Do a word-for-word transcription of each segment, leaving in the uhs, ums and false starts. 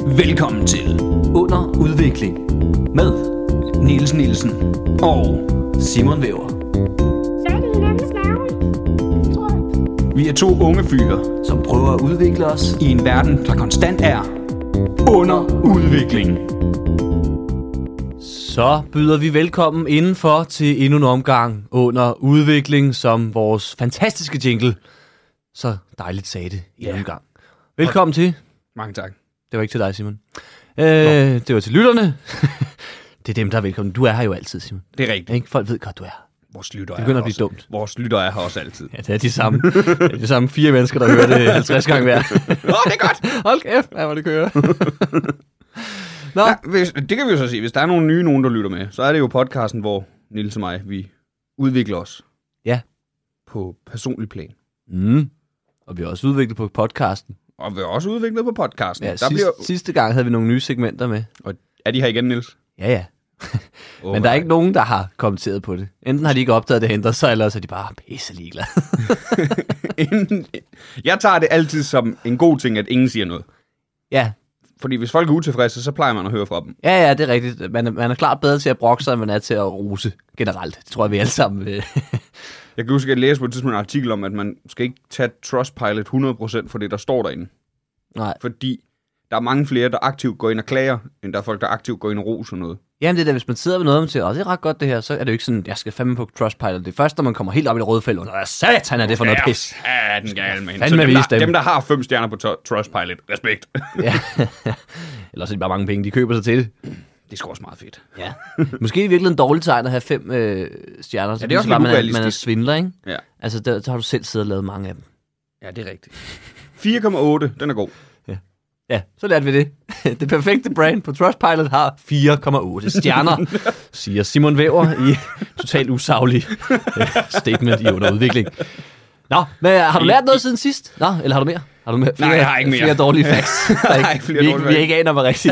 Velkommen til Under Udvikling med Niels Nielsen og Simon Væver. Så er det hinandens navn, tror jeg. Vi er to unge fyre, som prøver at udvikle os i en verden, der konstant er under udvikling. Så byder vi velkommen indenfor til endnu en omgang under udvikling, som vores fantastiske jingle så dejligt sagde det i en Ja. omgang. Velkommen til. Mange tak. Det var ikke til dig, Simon. Øh, det var til lytterne. Det er dem, der er velkommen. Du er her jo altid, Simon. Det er rigtigt. Ikke? Folk ved godt, du er her. Vores lytter Det begynder er at blive også, dumt. Vores lytter er her også altid. Ja, det er de samme, det er de samme fire mennesker, der hører det halvtreds gange hver. Åh, det er godt! Hold kæft, hvad må det køre. Nå. Ja, hvis, det kan vi jo så sige. Hvis der er nogle nye nogen, der lytter med, så er det jo podcasten, hvor Niels og mig, vi udvikler os. Ja. På personlig plan. Mm. Og vi har også udviklet på podcasten. Og vi er også udviklet på podcasten. Ja, der sidste, bliver... sidste gang havde vi nogle nye segmenter med. Og er de her igen, Niels? Ja, ja. Oh, Men der er ikke nogen, der har kommenteret på det. Enten har de ikke opdaget, det ændrer sig, eller så er de bare pisse ligeglade. Jeg tager det altid som en god ting, at ingen siger noget. Ja. Fordi hvis folk er utilfredse, så plejer man at høre fra dem. Ja, ja, det er rigtigt. Man er, man er klart bedre til at brokke sig, end man er til at rose generelt. Det tror jeg, vi alle sammen vil. Jeg kan huske, at jeg læste på et tidspunkt en artikel om, at man skal ikke tage Trustpilot hundrede procent for det, der står derinde. Nej. Fordi der er mange flere, der aktivt går ind og klager, end der er folk, der aktivt går ind og roser noget. Jamen det er da, hvis man sidder med noget, og siger, åh, det er ret godt det her, så er det jo ikke sådan, jeg skal fandme på Trustpilot. Det er først, når man kommer helt op i det røde felt, og hvad satan er det for noget pis? Ja, den gal, man. Så Fandme dem vise der, dem. dem, der har fem stjerner på to- Trustpilot, respekt. Ja. Eller så er det bare mange penge, de køber sig til det. Det er sgu også meget fedt. Ja. Måske er det virkelig en dårlig tegn at have fem øh, stjerner. Så Ja, det er også bare, lidt man, er, urealistisk. man er svindler, ikke? Ja. Altså, der, så har du selv siddet og lavet mange af dem. Ja, det er rigtigt. fire komma otte, den er god. Ja, så lærte vi det. Det perfekte brand på Trustpilot har fire komma otte stjerner, siger Simon Væver i totalt usaglig statement i underudvikling. Nå, men har du lært noget siden sidst? Nå, eller har du mere? Har du mere? Nej, jeg har ikke mere. Flere dårlige facts. Der er Nej, ikke, flere vi, dårlige vi ikke aner, hvad rigtigt.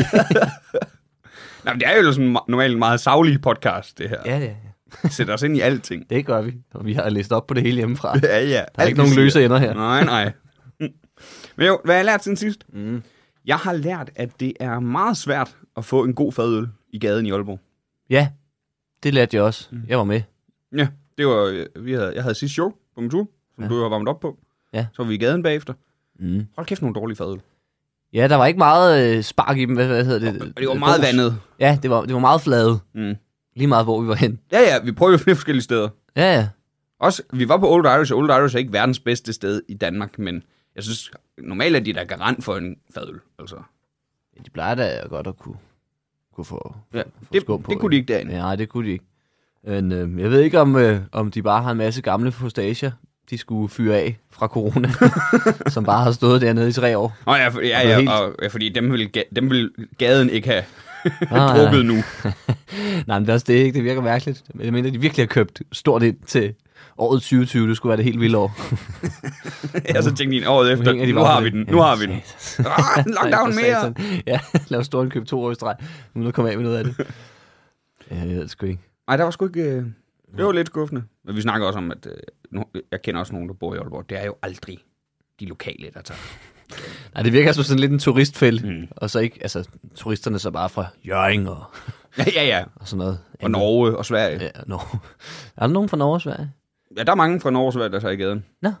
Nej, men det er jo sådan en normalt en meget saglig podcast, det her. Ja, ja, ja. Sætter os ind i alting. Det gør vi. Og vi har læst op på det hele hjemmefra. Ja, ja. Der er ikke nogen løse ender her. Nej, nej. Men jo, hvad har jeg lært siden sidst? Mm. Jeg har lært, at det er meget svært at få en god fadøl i gaden i Aalborg. Ja, det lærte jeg også. Jeg var med. Ja, det var, vi havde, jeg havde sidste show på min tur, som Ja. du har varmet op på. Ja. Så var vi i gaden bagefter. Mm. Hold kæft, nogle dårlige fadøl. Ja, der var ikke meget øh, spark i dem. Hvad, hvad hedder det? Og det var meget Bås. vandet. Ja, det var, det var meget flade. Mm. Lige meget, hvor vi var hen. Ja, ja, vi prøvede flere forskellige steder. Ja, ja. Også, vi var på Old Irish, og Old Irish er ikke verdens bedste sted i Danmark, men jeg synes, normalt er de der garant for en fadøl, altså. Ja, de plejer da godt at kunne, kunne få, Ja, få det, skum på. det kunne de ikke derinde. Ja, nej, det kunne de ikke. Men øh, jeg ved ikke, om, øh, om de bare har en masse gamle postager, de skulle fyre af fra corona, som bare har stået dernede i tre år. Nå ja, for, ja, Og ja, helt- og, ja, fordi dem vil, ga- dem vil gaden ikke have Ah, drukket nu. Nej, men det er også det, ikke? Det virker mærkeligt. Jeg mener, de virkelig har købt stort ind til året tyve tyve. Det skulle være det helt vilde år. Ja, så tænkte de året efter, hænger de nu bare har på vi det. den, nu har vi den. Satans. Ah, en lockdown Nej, for mere. satan. Ja, lav stort køb to år i streg. Nu må du komme af med noget af det. Ja, jeg ved det sgu ikke. Nej, der var sgu ikke... øh, Det var lidt skuffende. Men vi snakker også om, at... øh, no- Jeg kender også nogen, der bor i Aalborg. Det er jo aldrig de lokale, der tager. Nej, det virker som sådan lidt en turistfælde. Mm. Og så ikke, altså, turisterne så bare fra Hjørring og, Ja, ja, ja. og sådan noget. Og Norge og Sverige. Ja, Norge. Er der nogen fra Norge og Sverige? Ja, der er mange fra Norge og Sverige, der tager i gaden.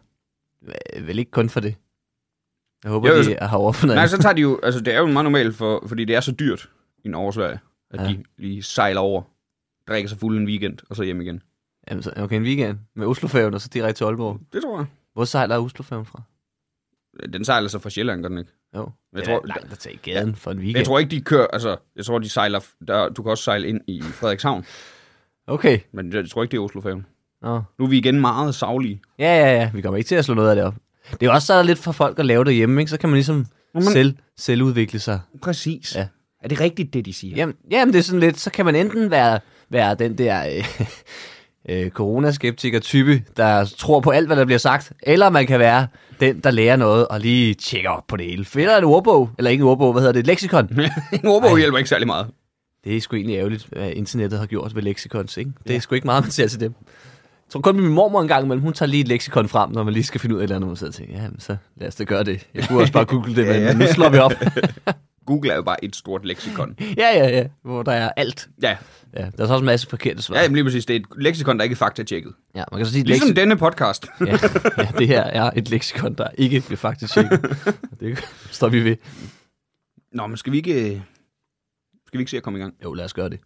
Vel ikke kun for det. Jeg håber, Jo, jo, så- de har overfundet. Nej, så tager de jo... Altså, det er jo meget normalt, for, fordi det er så dyrt i Norge og Sverige, at Ja. de lige sejler over, drikker sig fuld en weekend, og så hjem igen. Jamen, så, okay, en weekend med Oslofærgen og så direkte til Aalborg. Det tror jeg. Hvor sejler Oslofærgen fra? Den sejler så fra Sjælland, gør den ikke? Jo. Jeg Det tror- er langt at tage i gaden ja. for en weekend. Jeg tror ikke, de kører... Altså, jeg tror, de sejler... Der, du kan også sejle ind i Frederikshavn, Okay. men jeg tror ikke, det er Oslofærgen. Nå. Nu er vi igen meget savlige. Ja, ja, ja. Vi kommer ikke til at slå noget af det op. Det er også så er der lidt for folk at lave derhjemme, ikke? Så kan man ligesom man- selv, selv udvikle sig. Præcis. Ja. Er det rigtigt, det de siger? Jamen, jamen, det er sådan lidt, så kan man enten være, være den der øh, øh, coronaskeptiker-type, der tror på alt, hvad der bliver sagt, eller man kan være den, der lærer noget og lige tjekker op på det hele. For der er en ordbog, eller ikke en ordbog, hvad hedder det, et leksikon. En ordbog hjælper ikke særlig meget. Det er sgu egentlig ærgerligt, hvad internettet har gjort ved leksikons, ikke? Det er sgu ikke meget, man ser til dem. Jeg tror kun min mormor en gang imellem, hun tager lige et leksikon frem, når man lige skal finde ud af et eller andet, og så tænker, ja, men så lad os da gøre det. Jeg kunne også bare google det, men Ja, ja. nu slår vi op. Google er jo bare et stort leksikon. Ja, ja, ja, hvor der er alt. Ja, Ja, der er så også en masse forkerte svar. ja jamen lige præcis. Det er et leksikon, der ikke er faktatjekket. Ja, man kan så sige, Ligesom leksikon- denne podcast. ja, ja, det her er et leksikon, der ikke bliver faktisk tjekket. Det står vi ved. Nå, men skal vi ikke... Skal vi ikke se at komme i gang? Jo, lad os gøre det.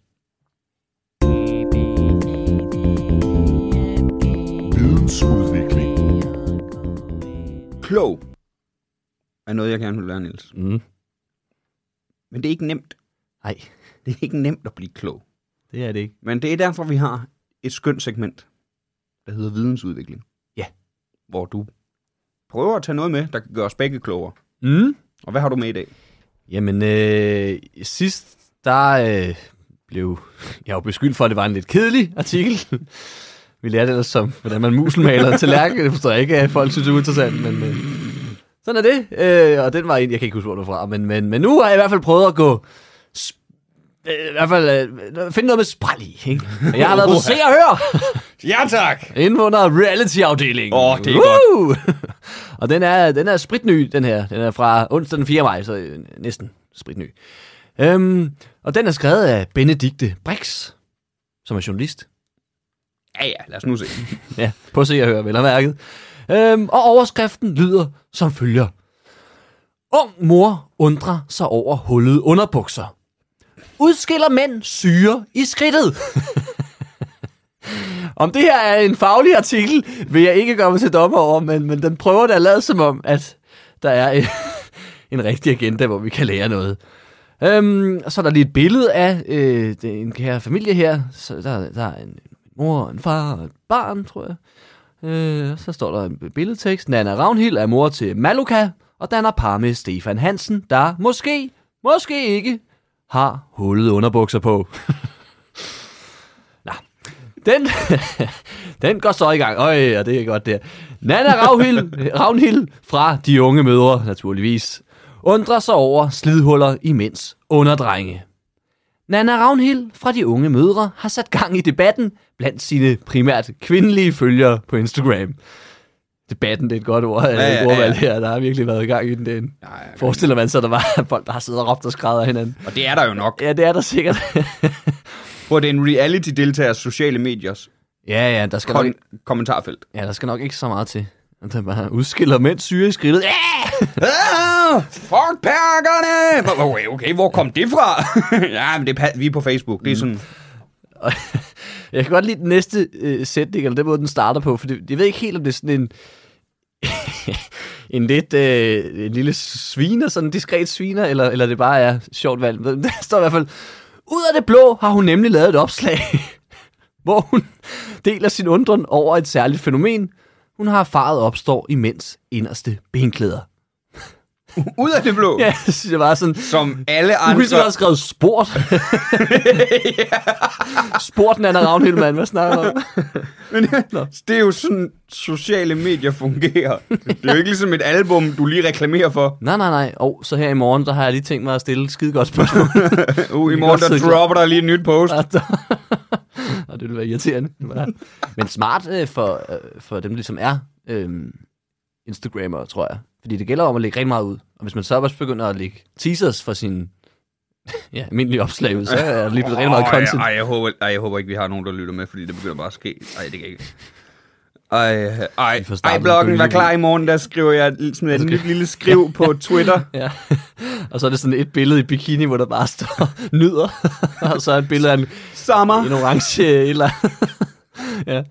Vidensudvikling. Klog er noget, jeg gerne vil lære, Niels. Mm. Men det er ikke nemt. Nej, Det er ikke nemt at blive klog. det er det ikke. Men det er derfor, vi har et skønt segment, der hedder vidensudvikling. Ja. Hvor du prøver at tage noget med, der kan gøre os begge klogere. Mm. Og hvad har du med i dag? Jamen, øh, sidst, der øh, blev jeg jo beskyldt for, at det var en lidt kedelig artikel. Vi lærte ellers som, hvordan man muselmaler til lærke. Det forstår jeg ikke, at folk synes, det er uinteressant, men øh, sådan er det. Øh, og den var en, jeg kan ikke huske, hvor den var fra, men, men, men nu har jeg i hvert fald prøvet at gå, øh, i hvert fald øh, finde noget med spræl i. Ikke? Og jeg har været på Se og Hør. Ja, tak! Inden under reality-afdelingen. Åh, det er Woo! Og den er, den er spritny, den her. Den er fra onsdag den fjerde maj, så øh, næsten spritny. Øhm, og den er skrevet af Benedikte Brix, som er journalist. Ja, ja, lad os nu se. Ja, på Se og Hør, vel og mærket. Øhm, og overskriften lyder som følger. Ung mor undrer sig over hullede underbukser. Udskiller mænd syre i skridtet. Om det her er en faglig artikel, vil jeg ikke gøre mig til dommer over, men, men den prøver da at lade som om, at der er en, en rigtig agenda, hvor vi kan lære noget. Øhm, og så er der lige et billede af øh, en kære familie her. Så der, der er en mor, en far og et barn, tror jeg. Øh, så står der en billedtekst. Nanna Ravnhild er mor til Maluka, og danner par med Stefan Hansen, der måske, måske ikke har hullede underbukser på. Nå, den, den går så i gang. Øj, og det er godt der. Nanna Ravnhild, Ravnhild fra De Unge Mødre, naturligvis, undrer sig over slidhuller i mænds underdrenge. Nanna Ravnhild fra De Unge Mødre har sat gang i debatten blandt sine primært kvindelige følgere på Instagram. Debatten, det er et godt ord, ja, ja, ja. Ordvalg her. Der har virkelig været i gang i den. den. Ja, ja, Forestiller man sig, at der var folk, der har siddet og råbt og skrædder hinanden. og det er der jo nok. Ja, det er der sikkert. Hvor det er en reality-deltagers sociale mediers ja, ja, der skal, nok, kon- kommentarfelt. ja, der skal nok ikke så meget til. Der bare udskiller mænd syre i skridtet. Ja! Ah, fuck perkerne! Okay, okay, hvor kom det fra? Ja, men det er, vi er på Facebook. Det er sådan... Og jeg kan godt lide den næste øh, sætning, eller den måde, den starter på, for det, jeg ved ikke helt, om det er sådan en, en lidt øh, en lille sviner, sådan en diskret sviner, eller, eller det bare er sjovt valg. Der står i hvert fald, ud af det blå har hun nemlig lavet et opslag, hvor hun deler sin undren over et særligt fænomen, hun har erfaret opstår i mænds inderste benklæder. Ud af det blå. Ja, det synes jeg bare sådan... Som alle Du andre... kunne have skrevet sport. Sport, Nanna Ravnhild, mand. Hvad snakker du om? Men det er jo sådan, sociale medier fungerer. Det er jo ikke ligesom et album, du lige reklamerer for. Nej, nej, nej. Og oh, så her i morgen, der har jeg lige tænkt mig at stille et skide godt spørgsmål. uh, I kan morgen, godt der sidde dropper der lige et nyt post. Og det vil være irriterende. Men smart øh, for, øh, for dem, der ligesom er øh, Instagrammer, tror jeg. Fordi det gælder om at lægge rigtig meget ud. Og hvis man så også begynder at lægge teasers for sin ja, almindelige opslag ud, så er der lige blevet rigtig meget content. Ej, jeg håber, ej, jeg håber ikke, vi har nogen, der lytter med, fordi det begynder bare at ske. Ej, det kan ikke. Ej, ej, ej, bloggen, vær klar i morgen, der skriver jeg sådan et nyt lille skriv på Twitter. Ja, og så er det sådan et billede i bikini, hvor der bare står nyder, og så er et billede af en, Sommer. en orange eller ja.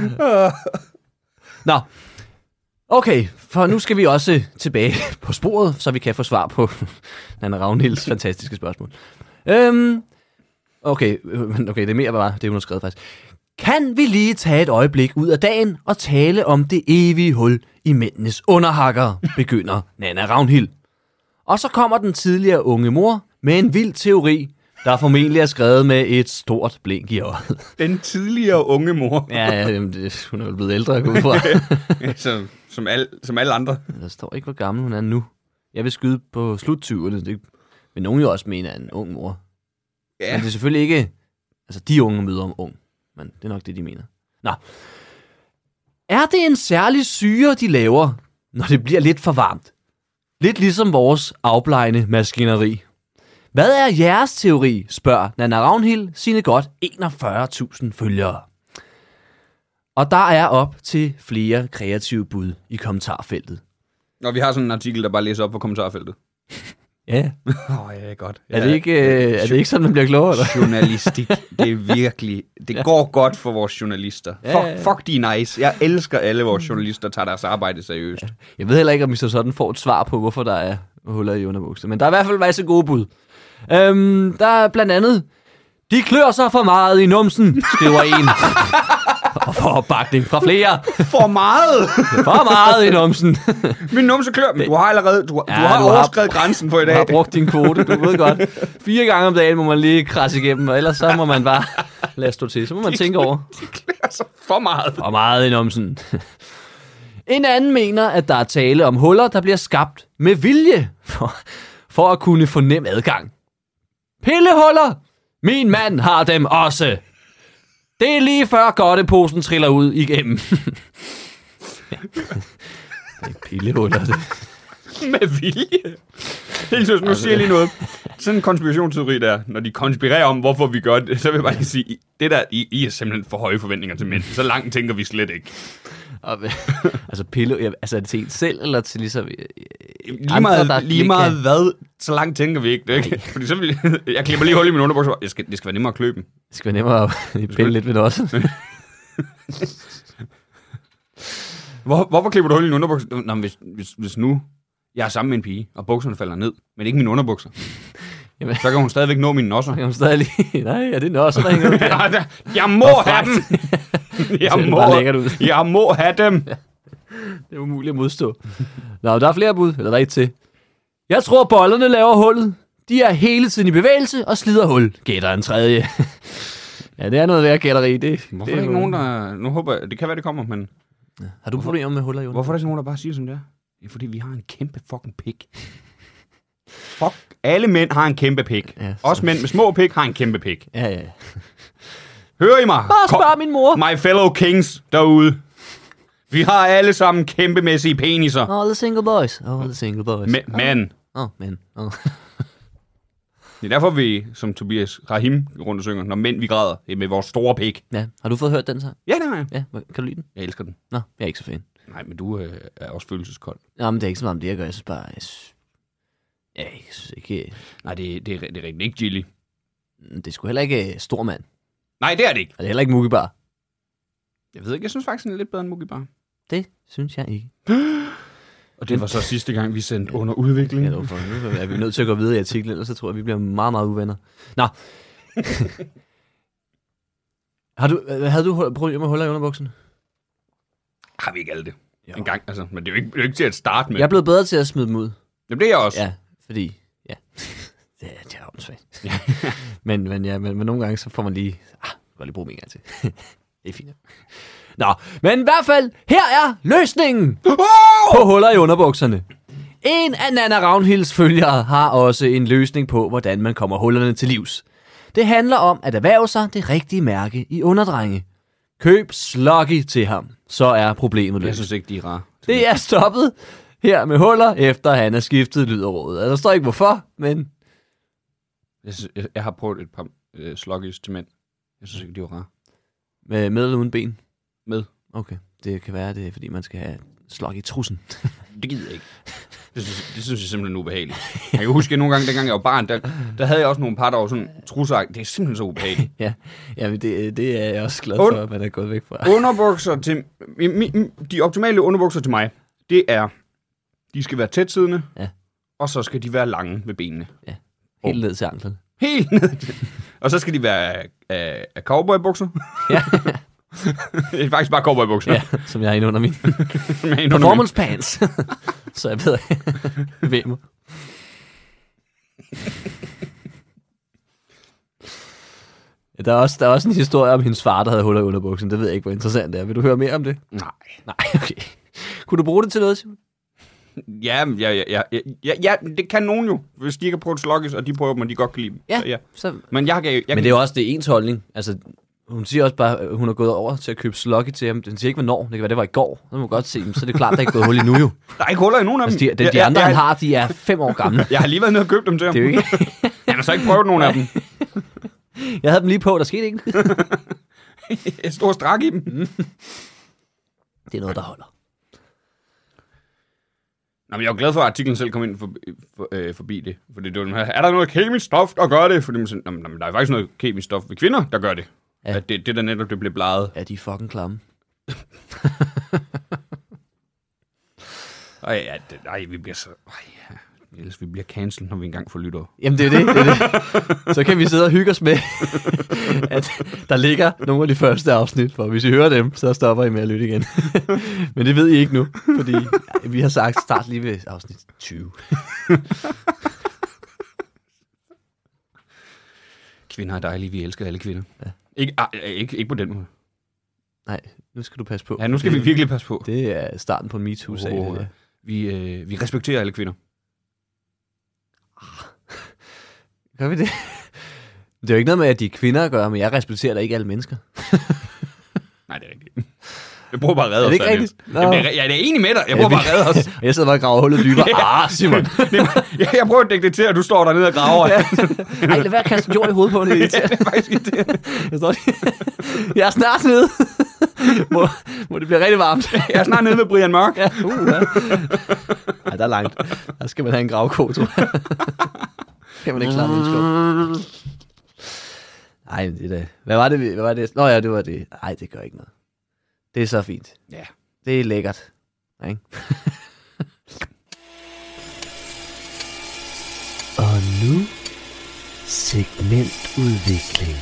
Nå, okay, for nu skal vi også tilbage på sporet, så vi kan få svar på Nanna Ravnhilds fantastiske spørgsmål. Øhm, okay, okay, det er mere bare det, hun har skrevet faktisk. Kan vi lige tage et øjeblik ud af dagen og tale om det evige hul i mændenes underhakker, begynder Nanna Ravnhild. Og så kommer den tidligere unge mor med en vild teori, der formentlig er skrevet med et stort blink i øjet. Den tidligere unge mor. Ja, ja jamen, det, hun er jo blevet ældre, jeg går ud fra. Ja, som, som, al, som alle andre. Der står ikke, hvor gammel hun er nu. Jeg vil skyde på slut-tyverne. Det vil nogen jo også mene er en ung mor. Ja. Men det er selvfølgelig ikke... Altså, de unge møder om ung. Men det er nok det, de mener. Nå. Er det en særlig syre, de laver, når det bliver lidt for varmt? Lidt ligesom vores afblejende maskineri. Hvad er jeres teori, spørger Nanna Ravnhild sine godt enogfyrre tusind følgere. Og der er op til flere kreative bud i kommentarfeltet. Og vi har sådan en artikel, der bare læser op på kommentarfeltet. Ja. Åh, oh, ja, godt. Er det ikke, øh, er det ikke sådan, man bliver klogere? Eller? Journalistik, det er virkelig... Det går godt for vores journalister. Ja, ja, ja. Fuck, fuck, de er nice. Jeg elsker alle vores journalister, der tager deres arbejde seriøst. Ja. Jeg ved heller ikke, om vi så sådan får et svar på, hvorfor der er huller i underbukser. Men der er i hvert fald masser gode bud. Øhm, der er blandt andet... De klør sig for meget i numsen, skriver en. Og får opbakning fra flere. For meget! For meget i numsen. Min numse klør, men du har allerede... Du, Ja, du har du har- overskredet grænsen for i Du dag. har brugt din kvote, du ved godt. Fire gange om dagen må man lige krasse igennem, og ellers så må man bare lade stå til. Så må man tænke over. De klør sig for meget. For meget i numsen. En anden mener, at der er tale om huller, der bliver skabt med vilje, for, for at kunne få nem adgang. Pillehuller! Min mand har dem også. Det er lige før godteposen triller ud igennem. Ja. Det er pillehuller, det. Med vilje. Helt seriøst, nu siger jeg lige noget. Sådan en konspirationsteori der, når de konspirerer om, hvorfor vi gør det, så vil jeg bare lige sige, det der, I, I er simpelthen for høje forventninger til mænd. Så langt tænker vi slet ikke. Og, altså pille, ja, altså er det til en selv, eller til ligesom... Øh, Lige meget, andre, lige meget hvad, så langt tænker vi ikke det, ikke? Fordi så vil, jeg klipper lige hul i min underbukser. Jeg skal, det skal være nemmere at klø dem. Det skal være nemmere at pille lidt ved det også. Hvor, hvorfor klipper du hul i din underbukser? Nå, men hvis, hvis, hvis nu jeg er sammen med en pige, og bukserne falder ned, men ikke mine underbukser, Jamen, så kan hun stadigvæk nå mine nosser. jeg kan stadig lige... Nej, er det nosser, der hænger ud der? Ja, der- jeg må have dem! Jeg ser må, bare lækkert ud. jeg må have dem! Det er umuligt at modstå. Nå, der er flere bud, eller der er et til. Jeg tror, bollerne laver hullet. De er hele tiden i bevægelse og slider hul. Gætter en tredje. Ja, det er noget værd gætteri. Det, Hvorfor det er der er ikke jo- nogen, der... Nu håber jeg... Det kan være, det kommer, men... Har du problemer med huller i Hvorfor er der ikke nogen, der bare siger, som det er? Det er, fordi vi har en kæmpe fucking pik. Fuck. Alle mænd har en kæmpe pik. Ja, så- Også mænd med små pik har en kæmpe pik. Ja, ja. Hører I mig? Bare Kom- spørg min mor. My fellow kings derude. Vi har alle sammen kæmpemæssige peniser. All the single boys. All the single boys. Me- men... Åh, oh, men. Oh. Det er derfor, vi, som Tobias Rahim rundt og synger, når mænd vi græder, det er med vores store pik. Ja, har du fået hørt den så? Ja, det har jeg. Ja, hvor- kan du lide den? Jeg elsker den. Nå, jeg er ikke så fan. Nej, men du øh, er også følelseskold. Nå, men det er ikke så meget om det, jeg gør. Jeg synes bare... Jeg synes, ja, jeg synes ikke... Nej, det, det, er, det er rigtig ikke Gilly. Det er sgu heller ikke uh, stor mand. Nej, det er det ikke. Og det er heller ikke Mugibar. Jeg ved ikke, jeg synes faktisk, den er lidt bedre end Mugibar. Det synes jeg ikke. Og det var så sidste gang, vi sendte under udvikling. Ja, for nu er vi nødt til at gå videre i artiklen, ellers så tror jeg, vi bliver meget, meget uvenner. Nå. Har du, øh, havde du problemer med huller i underbukserne? Har vi ikke alle det? Jo. En gang, altså. Men det er jo ikke, det er jo ikke til at starte med. Jeg er blevet bedre til at smide dem ud. Det bliver jeg også. Ja, fordi... Ja, det er, det er åndssvagt. men, men, ja, men, men nogle gange, så får man lige... Ah, jeg kan lige bruge dem en gang til. Det er fint. Nå, men i hvert fald, her er løsningen på huller i underbukserne. En af Nanna Ravnhilds følgere har også en løsning på, hvordan man kommer hullerne til livs. Det handler om at erhverve sig det rigtige mærke i underdrenge. Køb Sluggy til ham, så er problemet Jeg løst. synes ikke, de er rare. Det er stoppet her med huller, efter han er skiftet lyder rådet. Der står ikke hvorfor, men Jeg, synes, jeg, jeg har prøvet et par øh, sluggies til mænd. Jeg synes ikke, de var rare. med, med eller uden ben. Med. Okay, det kan være, det er, fordi man skal have slug i trussen. Det gider jeg ikke. Det synes, det synes jeg simpelthen er ubehageligt. Jeg kan huske, at nogle gange, dengang jeg var barn, der, der havde jeg også nogle par, der var sådan trusser. Det er simpelthen så ubehageligt. ja, ja men det, det er jeg også glad Und- for, at man er gået væk fra. Underbukser til... Mi, mi, de optimale underbukser til mig, det er... De skal være tætsiddende, Ja. og så skal de være lange ved benene. Helt ned til anklen. Helt ned til. Og så skal de være af, af, af cowboybukser. Ja. Det er faktisk bare cowboybukser. Ja, som jeg har inde under min. Som jeg er inde under min. Performance pants. Så jeg ved bevæge mig. Ja, Der er, også, der er også en historie om hendes far, der havde huller i underbuksen. Det ved jeg ikke, hvor interessant det er. Vil du høre mere om det? Nej. Nej, okay. Kunne du bruge det til noget, Simon? Ja, ja, ja, ja, ja, ja, ja, det kan nogen jo, hvis de ikke har prøvet sluggies, og de prøver dem, og de godt kan lide dem. Ja, Så, ja. så... Men jeg kan, jeg, jeg Men det er jo også det er ens holdning. Altså, Hun siger også bare, at hun er gået over til at købe sluggy til ham. Den siger ikke, hvornår. Det kan være, det var i går. Så må man godt se dem. Så er det klart, der er ikke gået hul i nu jo. Der er ikke huller i nogen af dem. Altså, de, de, de Jeg- andre, jeg, han jeg, har, de er fem år gamle. Jeg har lige været nede og købt dem til ham. Det er jo ikke... Han har så ikke prøvet nogen af dem. Jeg havde dem lige på, der skete ikke. Et stort strak i dem. Det er noget, der holder. Nå, men jeg er jo glad for, at artiklen selv kom ind for, for, øh, forbi det. Fordi det var den her, er der noget kemisk stof, der gør det? Fordi man siger, "Nå, men der er faktisk noget kemisk stof ved kvinder, der gør det. Ja. Ja. At det, det der netop, det blev bladet. Ja, de er fucking klamme. Ej, ja, det, ej, vi bliver så... Ej, ja. Ellers vi bliver cancelled, når vi engang får lyttere. Jamen, det er det, det er det. Så kan vi sidde og hygge os med, at der ligger nogle af de første afsnit, for hvis I hører dem, så stopper I med at lytte igen. Men det ved I ikke nu, fordi vi har sagt start lige ved afsnit tyve. Kvinder er dejlige, vi elsker alle kvinder. Ja. Ikke, ah, ikke, ikke på den måde. Nej, nu skal du passe på. Ja, nu skal vi virkelig passe på. Det er starten på en MeToo-sag. Åh, det der. Vi, øh, vi respekterer alle kvinder. Gør vi det? Det er jo ikke noget med, at de er kvinder at gøre, men jeg respekterer da ikke alle mennesker. Nej, det er rigtigt. Jeg prøver bare at redde Er os. det ikke Daniel. rigtigt? Nå. Jamen, det er, jeg er da enig med dig. Jeg prøver bare at redde os. Og jeg sidder bare og graver hullet dybere. Ah, Simon. Ja, jeg prøver at dække det til, at du står dernede og graver. Ja. Ej, lad være at kaste jord i hovedet på hende. Ja, det er faktisk ikke det. Jeg, står lige. Jeg er snart nede. må, må det blive rigtig varmt. Jeg er snart nede ved Brian Mørk. Ja, uh, ja. Ej, der er langt. Der skal man have en gravko, tror jeg. Kan man ikke klare mennesker. Ej, det er da... Hvad var det? vi- Hvad var det? Nå ja, det var det. Ej, det gør ikke noget. Det er så fint. Ja. Det er lækkert. Ikke? Og nu segmentudvikling.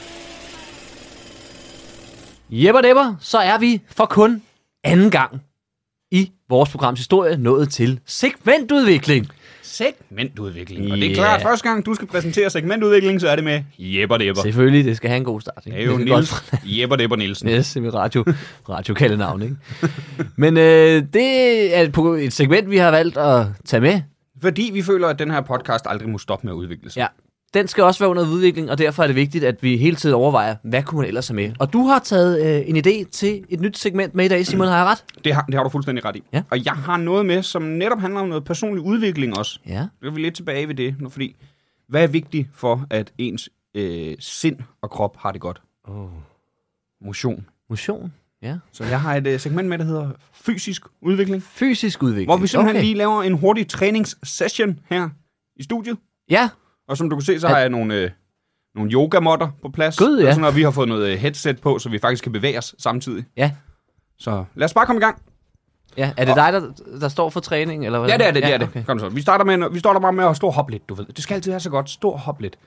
Jepper depper, så er vi for kun anden gang i vores programs historie nået til segmentudvikling. Segmentudvikling. Og det er Ja. klart, at første gang du skal præsentere segmentudvikling, så er det med Jepper Depper. Selvfølgelig, det skal have en god start. Ikke? Det er jo Det skal Niels godt- Jepper Depper Nielsen. Yes, det er radio, radiokaldenavn, ikke? Men øh, det er et, et segment, vi har valgt at tage med. Fordi vi føler, at den her podcast aldrig må stoppe med at udvikle sig. Ja. Den skal også være under udvikling, og derfor er det vigtigt, at vi hele tiden overvejer, hvad kunne man ellers have med. Og du har taget øh, en idé til et nyt segment med i dag, Simon, har jeg ret? Det, har, det har du fuldstændig ret i. Ja. Og jeg har noget med, som netop handler om noget personlig udvikling også. Ja. Så er vi lidt tilbage ved det, nu, fordi hvad er vigtigt for, at ens øh, sind og krop har det godt? Oh. Motion. Motion, ja. Så jeg har et øh, segment med, der hedder fysisk udvikling, Fysisk udvikling. hvor vi simpelthen Okay. lige laver en hurtig træningssession her i studiet. Ja, Og som du kan se, så har jeg nogle, øh, nogle yogamotter på plads. Gud, Det er ja. sådan, at vi har fået noget øh, headset på, så vi faktisk kan bevæge os samtidig. ja. Så lad os bare komme i gang. Ja, er det dig, der, der står for træning? Eller hvad? Ja, det er det, det er det. Okay. Kom så. Vi starter, med, vi starter bare med at stå og hoppe lidt, du ved. Det skal altid være så godt. Stå og hoppe lidt.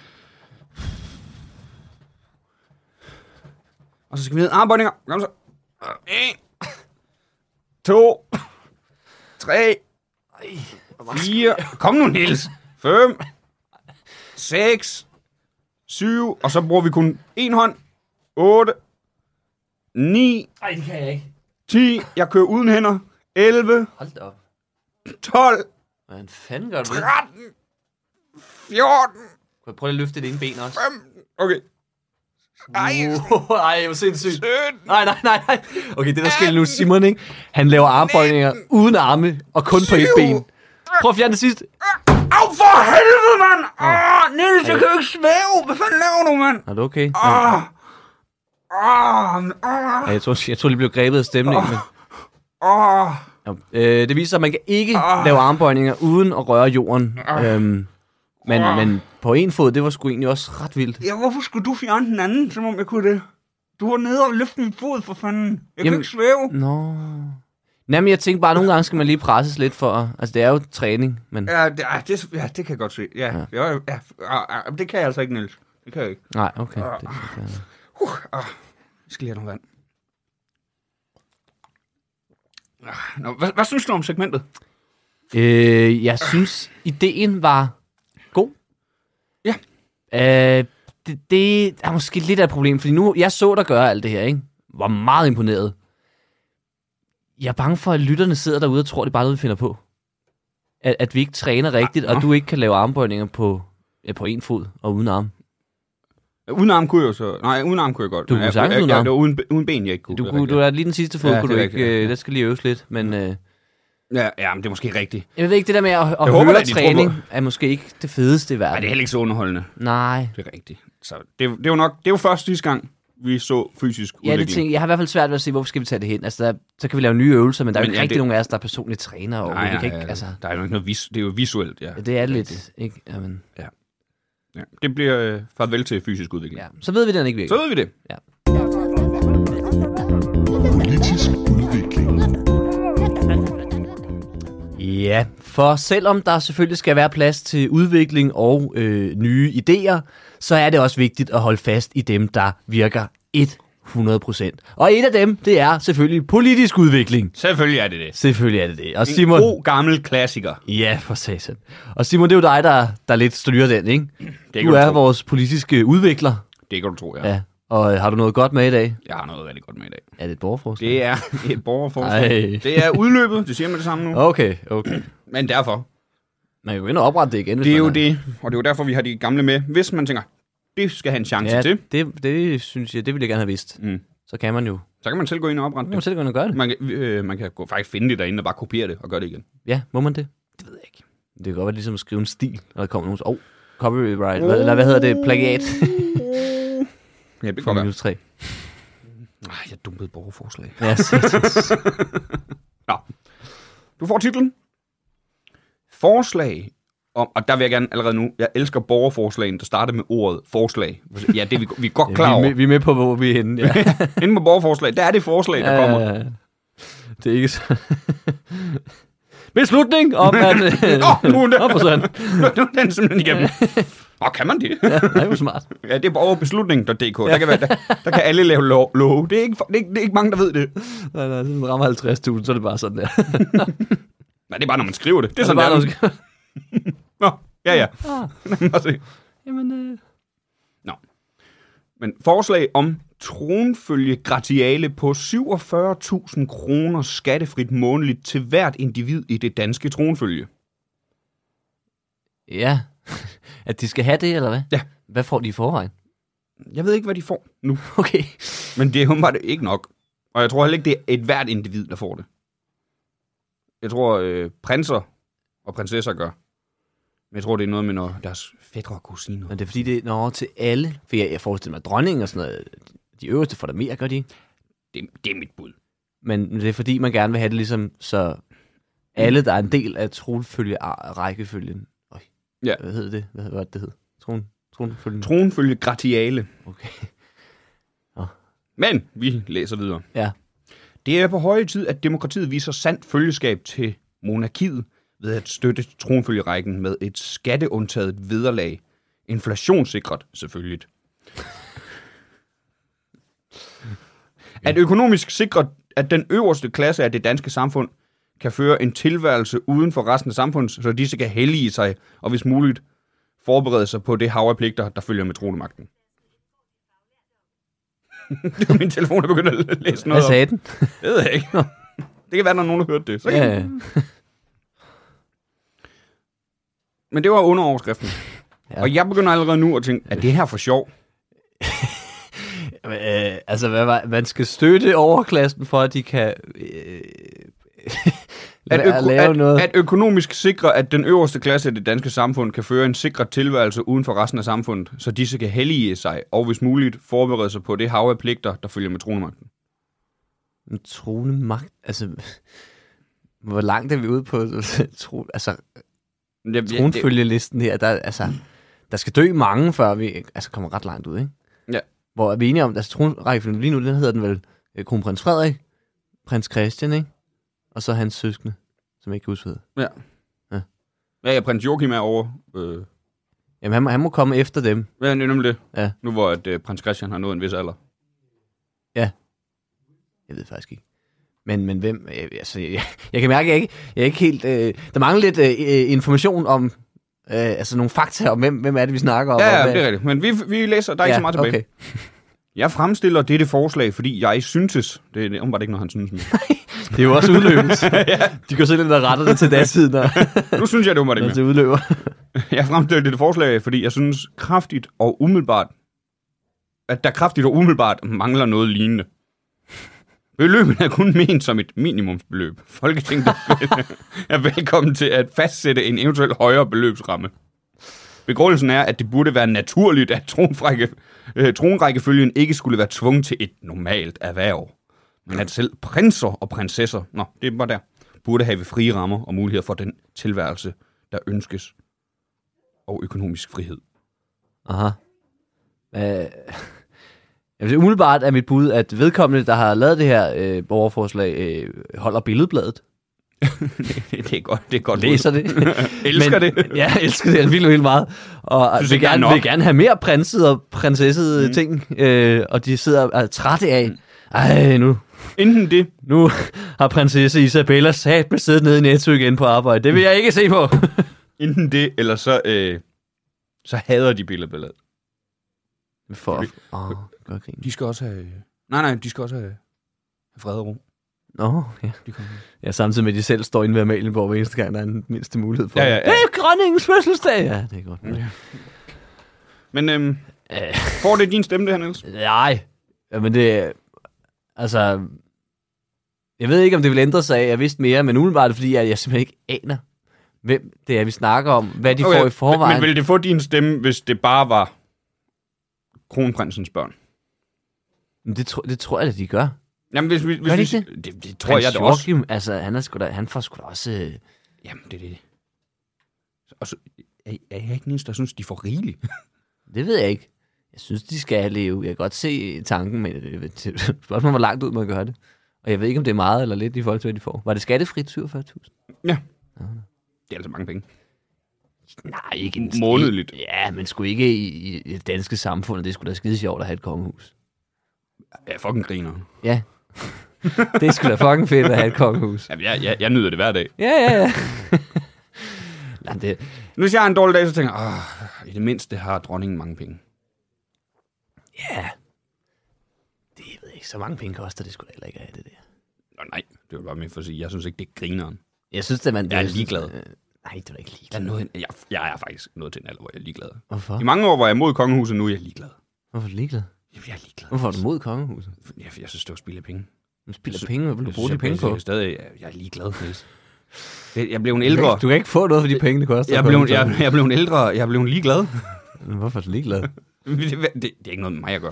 Og så skal vi ned. Armbøjninger. Kom så. En. To. Tre. Fire. Kom nu, Niels. Fem. Seks. Syv. Og så bruger vi kun en hånd. Otte. Ni. Ej, det kan jeg ikke. ti. Jeg kører uden hænder. elleve. Hold da op. tolv. Hvordan fanden gør du det? tretten. fjorten. Prøv lige at løfte det ene ben også. femten. Okay. Ej. Uh, ej, hvor sindssygt. sytten. Nej, nej, nej, nej. Okay, det der sker nu, Simon, ikke? Han laver armbøjninger uden arme og kun på et syv. ben. Prøv at fjerne det sidste. Au for helvede, mand! Åh, Niels, jeg kan jo ikke svæve. Hvad fanden laver du, mand? Er du okay? Åh. Åh. Ja, jeg, tror, jeg tror, de blev grebet af stemningen. Men, Åh. ja, øh, det viser sig, at man kan ikke Ah. lave armbøjninger uden at røre jorden. Ah. Øhm, men, Ah. men på en fod, det var sgu egentlig også ret vildt. Ja, hvorfor skulle du fjerne den anden, som om jeg kunne det? Du var nede og løfte min fod, for fanden. Jeg kan Jamen- ikke svæve. Nå. Jamen, jeg tænkte bare, at nogle gange skal man lige presses lidt for... Altså, det er jo træning, men... Ja, det, ja, det, ja, det kan jeg godt se. Ja, ja. Ja, ja, ja, ja, det kan jeg altså ikke, Niels. Det kan jeg ikke. Nej, okay. Ah. Det, det, det. Uh, ah, jeg skal lige have noget vand. Ah, Nå, hvad, hvad synes du om segmentet? Øh, jeg synes, ideen var god. Ja. Øh, det, det er måske lidt af et problem, fordi nu, jeg så dig gøre alt det her, ikke? Var meget imponeret. Jeg er bange for, at lytterne sidder derude og tror, det er bare noget, vi finder på. At, at vi ikke træner rigtigt, Ah, og du ikke kan lave armbøjninger på, ja, på en fod og uden arm. Uden arm kunne jeg jo så... Nej, uden arm kunne jeg godt. Du kunne jeg, sagtens jeg, uden jeg, arm. Det var uden, uden ben, jeg ikke kunne. Du, kunne, du er lige den sidste fod, Ja, ja, kunne det du er ikke... rigtigt, ja. Øh, der skal lige øves lidt, men... Øh, Ja, ja, men det er måske rigtigt. jeg ved ikke, det der med at, at Jeg håber, høre at de tror træning på- er måske ikke det fedeste i Nej, verden. det er heller ikke så underholdende. Nej. Det er rigtigt. Så det, det er jo nok... Det er jo først sidste gang, vi så fysisk Ja, det udvikling. tænker, jeg har i hvert fald svært ved at se, hvorfor skal vi tage det hen. Altså, der, så kan vi lave nye øvelser, men der er jo Men ikke ja, rigtig det- nogen af os, der er personlige træner. Og Nej, vi kan nej, ikke, nej, altså, der er jo ikke noget vis, det er jo visuelt, ja. ja, det er det lidt, ikke? Jamen, ja. Det bliver øh, farvel til fysisk udvikling. ja. Så ved vi, den ikke virker. Så ved vi det. Politisk udvikling. Ja, for selvom der selvfølgelig skal være plads til udvikling og øh, nye idéer, så er det også vigtigt at holde fast i dem, der virker hundrede procent. Og et af dem, det er selvfølgelig politisk udvikling. Selvfølgelig er det det. Selvfølgelig er det det. Og En Simon... god gammel klassiker. Ja, for satan. Og Simon, det er jo dig, der, der lidt styrer den, ikke? Det Du kan du er tro. vores politiske udvikler. Det kan du tro, ja. Ja. Og øh, har du noget godt med i dag? Jeg har noget rigtig godt med i dag. Er det et borgerforslag? Det er et borgerforslag. Ej. Det er udløbet, det siger man det samme nu. Okay, okay. Men derfor. Man kan jo ind og oprette det igen, hvis Det er man jo det, og det er jo derfor, vi har de gamle med. Hvis man tænker, det skal have en chance Ja, til, det, det synes jeg, det ville jeg gerne have vidst. Mm. Så kan man jo. så kan man selv gå ind og oprette Man kan det. selv gå ind og gøre det. Man kan, øh, man kan gå, faktisk finde det derinde og bare kopiere det og gøre det igen. Ja, må man det? Det ved jeg ikke. Det kan godt være ligesom at skrive en stil, når der kommer nogen. Åh, oh, copyright. Hvad, eller hvad hedder det? Plagiat. Ja, det kan Fra godt være. minus tre. Ej, jeg dumpede borgerforslag. Ja, satans. Nå. Du får titlen. Forslag om, og der vil jeg gerne allerede nu, jeg elsker borgerforslagene, der starter med ordet forslag. Ja, det er vi, vi er godt klar Ja, vi, er over. med, vi er med på, hvor vi er henne. Ja. Inden på borgerforslag, der er det forslag, der kommer. Ja, det er ikke så... Beslutning om, at... Åh, nu er det- Åh, for sådan. Nu er den simpelthen igennem. Åh, kan man det? Ja, det er jo smart. Ja, det er borgerbeslutning punktum d k. Der, kan være, der, der kan alle lave lov. lov. Det, er ikke, det, er ikke, det er ikke mange, der ved det. Nej, nej, hvis man rammer halvtreds tusind, så er det bare sådan der. Nej, det er bare, når man skriver det. Det er Så sådan, bare, der. når du skal... Nå, ja, ja. Ah, Lad mig se. jamen, øh... Men forslag om tronfølge gratiale på syvogfyrre tusind kroner skattefrit månedligt til hvert individ i det danske tronfølge. Ja. At de skal have det, eller hvad? Ja. Hvad får de i forvejen? Jeg ved ikke, hvad de får nu, Okay. men det er åbenbart ikke nok. Og jeg tror heller ikke, det er et hvert individ, der får det. Jeg tror, øh, prinser og prinsesser gør. Men jeg tror, det er noget med når deres fætre og kusiner. Men det er fordi, det er når til alle. For jeg, jeg forestiller mig, at dronningen og sådan noget, de øverste får der mere, gør de ikke? Det, det er mit bud. Men det er fordi, man gerne vil have det ligesom, så alle, der er en del af tronfølge rækkefølgen. Øj, Ja. Hvad hedder det? Hvad hvad var det, det hed? Tron, tronfølgen? Tronfølge gratiale. Okay. Men vi læser videre. Ja. Det er på høje tid, at demokratiet viser sandt følgeskab til monarkiet ved at støtte tronfølgerækken med et skatteundtaget vederlag. Inflationssikret, selvfølgelig. At økonomisk sikre, at den øverste klasse af det danske samfund kan føre en tilværelse uden for resten af samfundet, så disse kan hellige sig, og hvis muligt forberede sig på det hav af pligter, der følger med tronemagten. Det var min telefon, der begyndte at læse noget Hvad sagde den? op. Det ved jeg ikke. Det kan være, når nogen har hørt det. Så kan Ja, ja. Men det var under overskriften. Ja. Ja. Og jeg begynder allerede nu at tænke, er det her for sjov? Øh, altså, hvad var, man skal støtte overklassen for, at de kan øh, At, la- øko- lave at, noget. at økonomisk sikre, at den øverste klasse af det danske samfund kan føre en sikret tilværelse uden for resten af samfundet, så disse kan hellige sig, og hvis muligt forberede sig på det hav af pligter, der følger med tronemagten. En troende magt, altså, hvor langt er vi ude på tro, altså, Det, det, tronfølgelisten her? Der, altså, der skal dø mange, før vi altså, kommer ret langt ud, ikke? Ja. Hvor er vi enige om, altså tronrækkefølgen lige nu, den hedder den vel øh, kronprins Frederik, prins Christian, ikke? Og så hans søskende, som jeg ikke kan huske hvad hedder. ja. Ja, ja, prins Joachim er over. Øh, Jamen, han må, han må komme efter dem. hvad er det nemlig det? Ja. Nu hvor at, øh, prins Christian har nået en vis alder. Jeg ved faktisk ikke. Men, men hvem, jeg, altså, jeg, jeg kan mærke, at jeg ikke, jeg er ikke helt, øh, der mangler lidt øh, information om, øh, altså nogle fakta om, hvem, hvem er det, vi snakker om. Ja, og ja, hvad- det er rigtigt. Men vi, vi læser, der er ja, ikke så meget tilbage. Okay. Jeg fremstiller dette forslag, fordi jeg syntes, det er umiddelbart ikke noget, han synes med. Det er jo også udløbet. ja. De går selv ind og retter det til datiden, når, Nu synes jeg, det umiddelbart når ikke det udløber. mere. Jeg fremstiller dette forslag, fordi jeg synes kraftigt og umiddelbart, at der kraftigt og umiddelbart mangler noget lignende. Beløbet er kun ment som et minimumsbeløb. Folketinget er velkommen til at fastsætte en eventuel højere beløbsramme. Begrundelsen er, at det burde være naturligt, at tronrække, øh, tronrækkefølgen ikke skulle være tvunget til et normalt erhverv. Men at selv prinser og prinsesser, nå, det var der, burde have frie rammer og muligheder for den tilværelse, der ønskes, og økonomisk frihed. Aha. Øh, jeg vil sige, umiddelbart er mit bud, at vedkommende, der har lavet det her øh, borgerforslag, øh, holder billedbladet. det er godt, det er godt. Læser det. elsker Men, det. Ja, elsker det vildt, vildt meget. Og Synes vil ikke, der er gerne, nok. vil gerne have mere prinsede og prinsessede mm. ting. Øh, og de sidder og er trætte af, ej, nu, Enten det, nu har prinsesse Isabella sat med siddet nede i Netto igen på arbejde. Det vil jeg ikke se på. enten det, eller så, øh, så hader de billedbladet. For at åh, gør grin. De skal også have... Nej, nej, de skal også have, have fred og ro. Nå, ja. De kommer. Ja, samtidig med, at de selv står inde ved Amalienborg hver eneste gang, der er en mindste mulighed for. Ja, ja, ja. Det er dronningens fødselsdag! Ja, det er godt. Ja. Men øhm, Øh, får det din stemme, det her, Niels? nej. Jamen det... Altså... Jeg ved ikke, om det vil ændre sig af. Jeg vidste mere, men umiddelbart er det, fordi jeg, jeg simpelthen ikke aner, hvem det er, vi snakker om. Hvad de okay, får i forvejen. Men, men ville det få din stemme, hvis det bare var kronprinsens børn? Men det, tro, det tror jeg, at de gør. Jamen, hvis, hvis, Gør de hvis, ikke det? det? Det tror jeg da Prins også. Joachim, altså, han, er sgu da, han får sgu da også... Øh... Jamen, det er det. Og så er, er jeg ikke den eneste, der synes, de får rigeligt. Det ved jeg ikke. Jeg synes, de skal leve. Jeg kan godt se tanken, men det er spørgsmålet, hvor langt ud man gør det. Og jeg ved ikke, om det er meget eller lidt i forhold til, hvad de får. Var det skattefrit syvogfyrre tusind? Ja. Det er altså mange penge. Nej, ikke en... Månedligt. Ja, men sgu ikke i, i det danske samfund. Det skulle da skide sjovt at have et kongehus. Ja, fucking griner. Ja. Det skulle da fucking fedt at have et kongehus. Jamen, jeg, jeg, jeg nyder det hver dag. Ja, ja, ja. Jamen, det... Nu hvis jeg har en dårlig dag, så tænker jeg, åh, i det mindste har dronningen mange penge. Ja. Det jeg ved ikke, så mange penge koster det skulle da heller ikke at have det der. Nå nej, det var bare med for at sige, jeg synes ikke, det er grineren. Jeg synes, at man... Jeg er det, ligeglad. Synes, øh, nej, det er ikke Jeg ligeglad. er, noget, jeg, jeg er faktisk nået til en alder, hvor jeg er ligeglad. Hvorfor? I mange år var jeg mod kongehuset, nu er jeg ligeglad. Hvorfor er du ligeglad? Jamen, jeg er ligeglad. Hvorfor er du mod kongehuset? Jeg, jeg synes, det var spild af penge. Du spilder Jeg penge, hvad vil du Jeg bruge synes, de penge jeg, på? Jeg, er stadig, jeg, jeg er ligeglad, Niels. Det- Jeg blev en Du kan, ældre. ikke, du kan ikke få noget for de penge, det koster. Jeg at blev, komme til. jeg, jeg blev en ældre. Jeg blev en ligeglad. Men hvorfor er du ligeglad? det, det, det, er ikke noget med mig at gøre.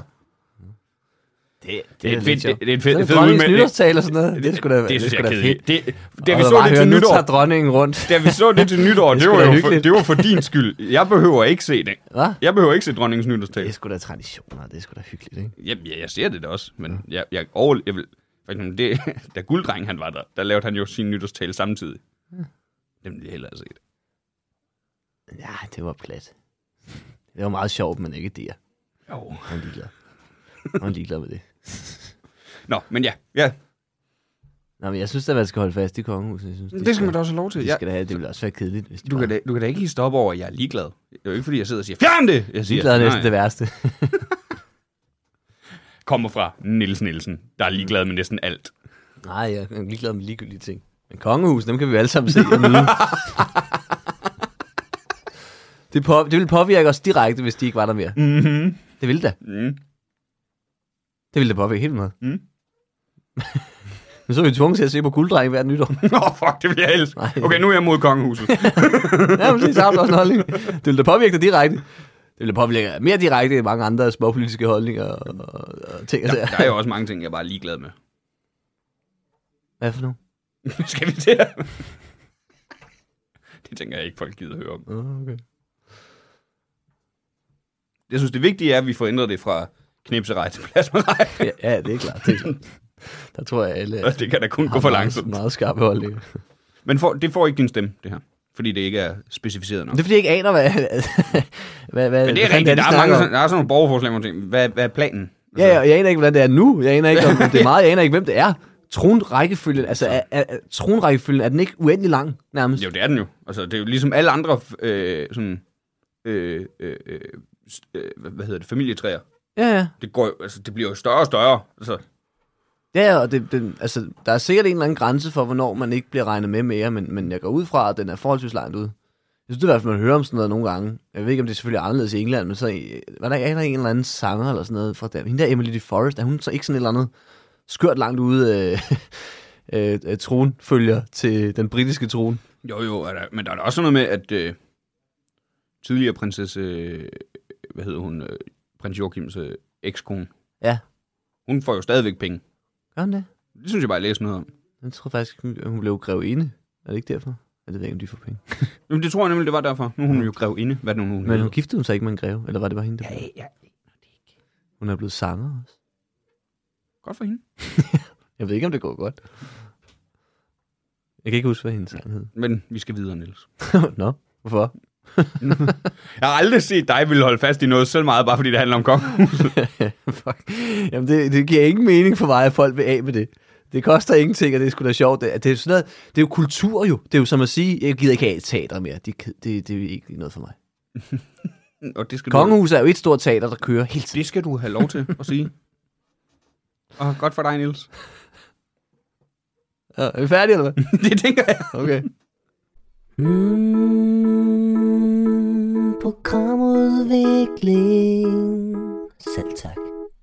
Det, Det er et fedt, det, det er et Så er fedt, det fedt dronningens udmelding. nytårstale og sådan noget. Det skulle da, Det det synes skulle jeg er da fedt. kedeligt. Det, da vi Og så bare det høre, til nu tager nytår, dronningen rundt. da vi så det til nytår, Det det er var sgu da jo for, hyggeligt. det var for din skyld. Jeg behøver ikke se det. Hvad? Jeg behøver ikke se dronningens Det nytårstale. er sgu da traditioner, det er sgu da hyggeligt, ikke? Jeg, jeg, jeg ser det da også, men jeg, jeg, over, jeg vil, for eksempel, det, da Gulddreng han var der, der lavede han jo sin nytårstale samtidig. Den ville jeg hellere have set. Ja, det var plat. Det var meget sjovt, men ikke det. Jo. Han er ligeglad. Han er ligeglad med det. Nå, men ja, ja. Nå, men jeg synes at man skal holde fast i kongehuset. Jeg synes, de Det skal man da også have lov til. De Ja. skal da have, det ville også være kedeligt, hvis de Du bare... kan, da, du kan da ikke hisse op over, at jeg er ligeglad. Det er jo ikke, fordi jeg sidder og siger, fjern det! Jeg siger, Ligeglad er næsten nej, det værste. kommer fra Niels Nielsen, der er ligeglad med næsten alt. Nej, jeg er ligeglad med ligegyldige ting. Men kongehuset, dem kan vi jo alle sammen se og nyde. det, på, det ville påvirke os direkte, hvis de ikke var der mere. Mm-hmm. Det ville da. Mm. Det ville da påvirke helt meget. Mm. Men så er vi tvunget til at se på Gulddreng hvert nytår. Nå, oh, fuck, det vil jeg helst. Nej. Okay, nu er jeg mod kongehuset. Ja, men så har du også en holdning. Det ville da påvirke dig direkte. Det ville da påvirke dig mere direkte end mange andre småpolitiske holdninger og, og, og ting. Der, der er jo også mange ting, jeg bare er ligeglad med. Hvad for nu? Skal vi til? Det tænker jeg ikke, folk gider at høre om. Oh, okay. Jeg synes, det vigtige er, at vi får ændret det fra knipserej til plasmarej. Ja, ja, det er klart. Det er klart. Der tror jeg, alle Det kan da kun har gå for meget, langsomt. meget skarpe holdninger. Men for, det får ikke din stemme, det her. Fordi det ikke er specificeret nok. Det er fordi, jeg ikke aner, hvad... hvad, hvad Men det er hvad rigtigt. de Der er, snakker mange, om. sådan- der er sådan nogle borgerforslag, hvor man tænker, hvad, hvad er planen? Ja, ja, jeg aner ikke, hvordan det er nu. Jeg aner ikke, om det er meget. Jeg aner ikke, hvem det er. Tronrækkefølgen, altså er, er, er, tronrækkefølgen, er den ikke uendelig lang, nærmest? Jo, det er den jo. Altså, det er jo ligesom alle andre øh, sådan, øh, øh, øh, hvad hedder det, familietræer. Ja, ja. Det, går, jo- altså, det bliver jo større og større. Altså, Ja, ja, og det, det, altså, der er sikkert en eller anden grænse for, hvornår man ikke bliver regnet med mere, men, men jeg går ud fra, at den er forholdsvis langt ude. Jeg Jeg synes i hvert fald, man hører om sådan noget nogle gange. Jeg ved ikke, om det er selvfølgelig anderledes i England, men så var der ikke en eller anden sanger eller sådan noget fra der. Hende der Emily Forrest, er hun så ikke sådan et eller andet skørt langt ude øh, øh, tronfølger til den britiske trone? Jo, jo, er der, men der er der også noget med, at øh, tidligere prinsesse, øh, hvad hedder hun, øh, prins Joachims øh, ekskone, Ja. hun får jo stadigvæk penge. Gør hun det? Det synes jeg bare, jeg læste noget om. Jeg tror faktisk, hun, hun blev grevinde. Er det ikke derfor? Jeg ved ikke, om de får penge. Jamen, det tror jeg nemlig, det var derfor. Nu er hun jo grevinde. Hvad er det nu, hun Men hun giftede hun sig ikke med en greve? Eller var det bare hende, der Ja, blev? ja. Hun er blevet sanger også. Godt for hende. Jeg ved ikke, om det går godt. Jeg kan ikke huske, hvad hendes sang hed. Men vi skal videre, Niels. Nå, hvorfor? Jeg har aldrig set dig ville holde fast i noget selv meget, bare fordi det handler om kongehuset. Fuck. Jamen, det, det giver ingen mening for mig, at folk vil af med det. Det koster ingenting, og det er sgu da sjovt. Det, det, er sådan noget, det er jo kultur jo. Det er jo som at sige, jeg gider ikke have et teater mere. Det, det, det er ikke noget for mig. Og det skal Kongehuset er jo et stort teater, der kører hele du, tiden. det skal du have lov til at sige. Og godt for dig, Niels. Ja, er vi færdige, eller hvad? Det tænker jeg. Okay. Mm, programudvikling. Selv tak.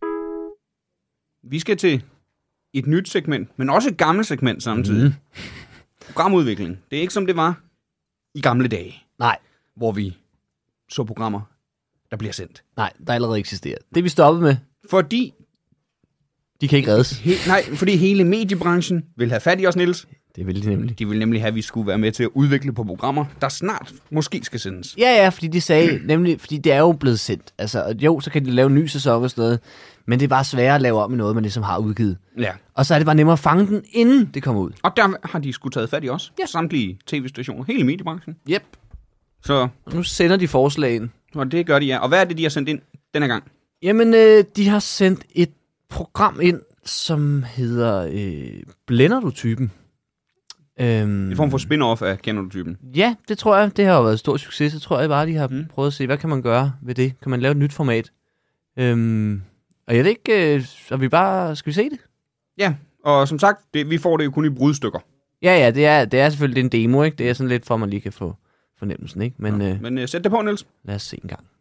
Vi skal til et nyt segment, men også et gammelt segment samtidig. Mm. Programudvikling. Det er ikke som det var i gamle dage, Nej, hvor vi så programmer, der bliver sendt. nej, der allerede eksisterer. Det vi stoppede med, Fordi, de kan ikke reddes. he, nej, fordi hele mediebranchen vil have fat i os, Niels. Det vil de nemlig. De vil nemlig have, at vi skulle være med til at udvikle på programmer, der snart måske skal sendes. Ja, ja, fordi de sagde, nemlig, fordi det er jo blevet sendt. Altså, og jo, så kan de lave en ny sæson og sådan noget, men det er bare sværere at lave om i noget, man ligesom har udgivet. Ja. Og så er det bare nemmere at fange den, inden det kommer ud. Og der har de sgu taget fat i os. Ja. Samtlige tv-stationer, hele mediebranchen. Yep. Så, Og nu sender de forslagen. og det gør de, ja. Og hvad er det, de har sendt ind denne gang? Jamen, øh, de har sendt et program ind, som hedder øh, Blender du typen? Øhm, En form for spin-off af Kender du typen? Ja, det tror jeg. Det har jo været en stor succes. Så tror jeg bare, de har Mm. mm. prøvet at se, hvad kan man gøre ved det? Kan man lave et nyt format? Øhm, og jeg ved ikke, øh, så vi bare, skal vi se det? Ja, og som sagt, det, vi får det jo kun i brudstykker. Ja, ja, det er, det er selvfølgelig en demo, ikke? Det er sådan lidt for, at man lige kan få fornemmelsen, ikke? Men øh, Men uh, sæt det på, Niels. lad os se en gang.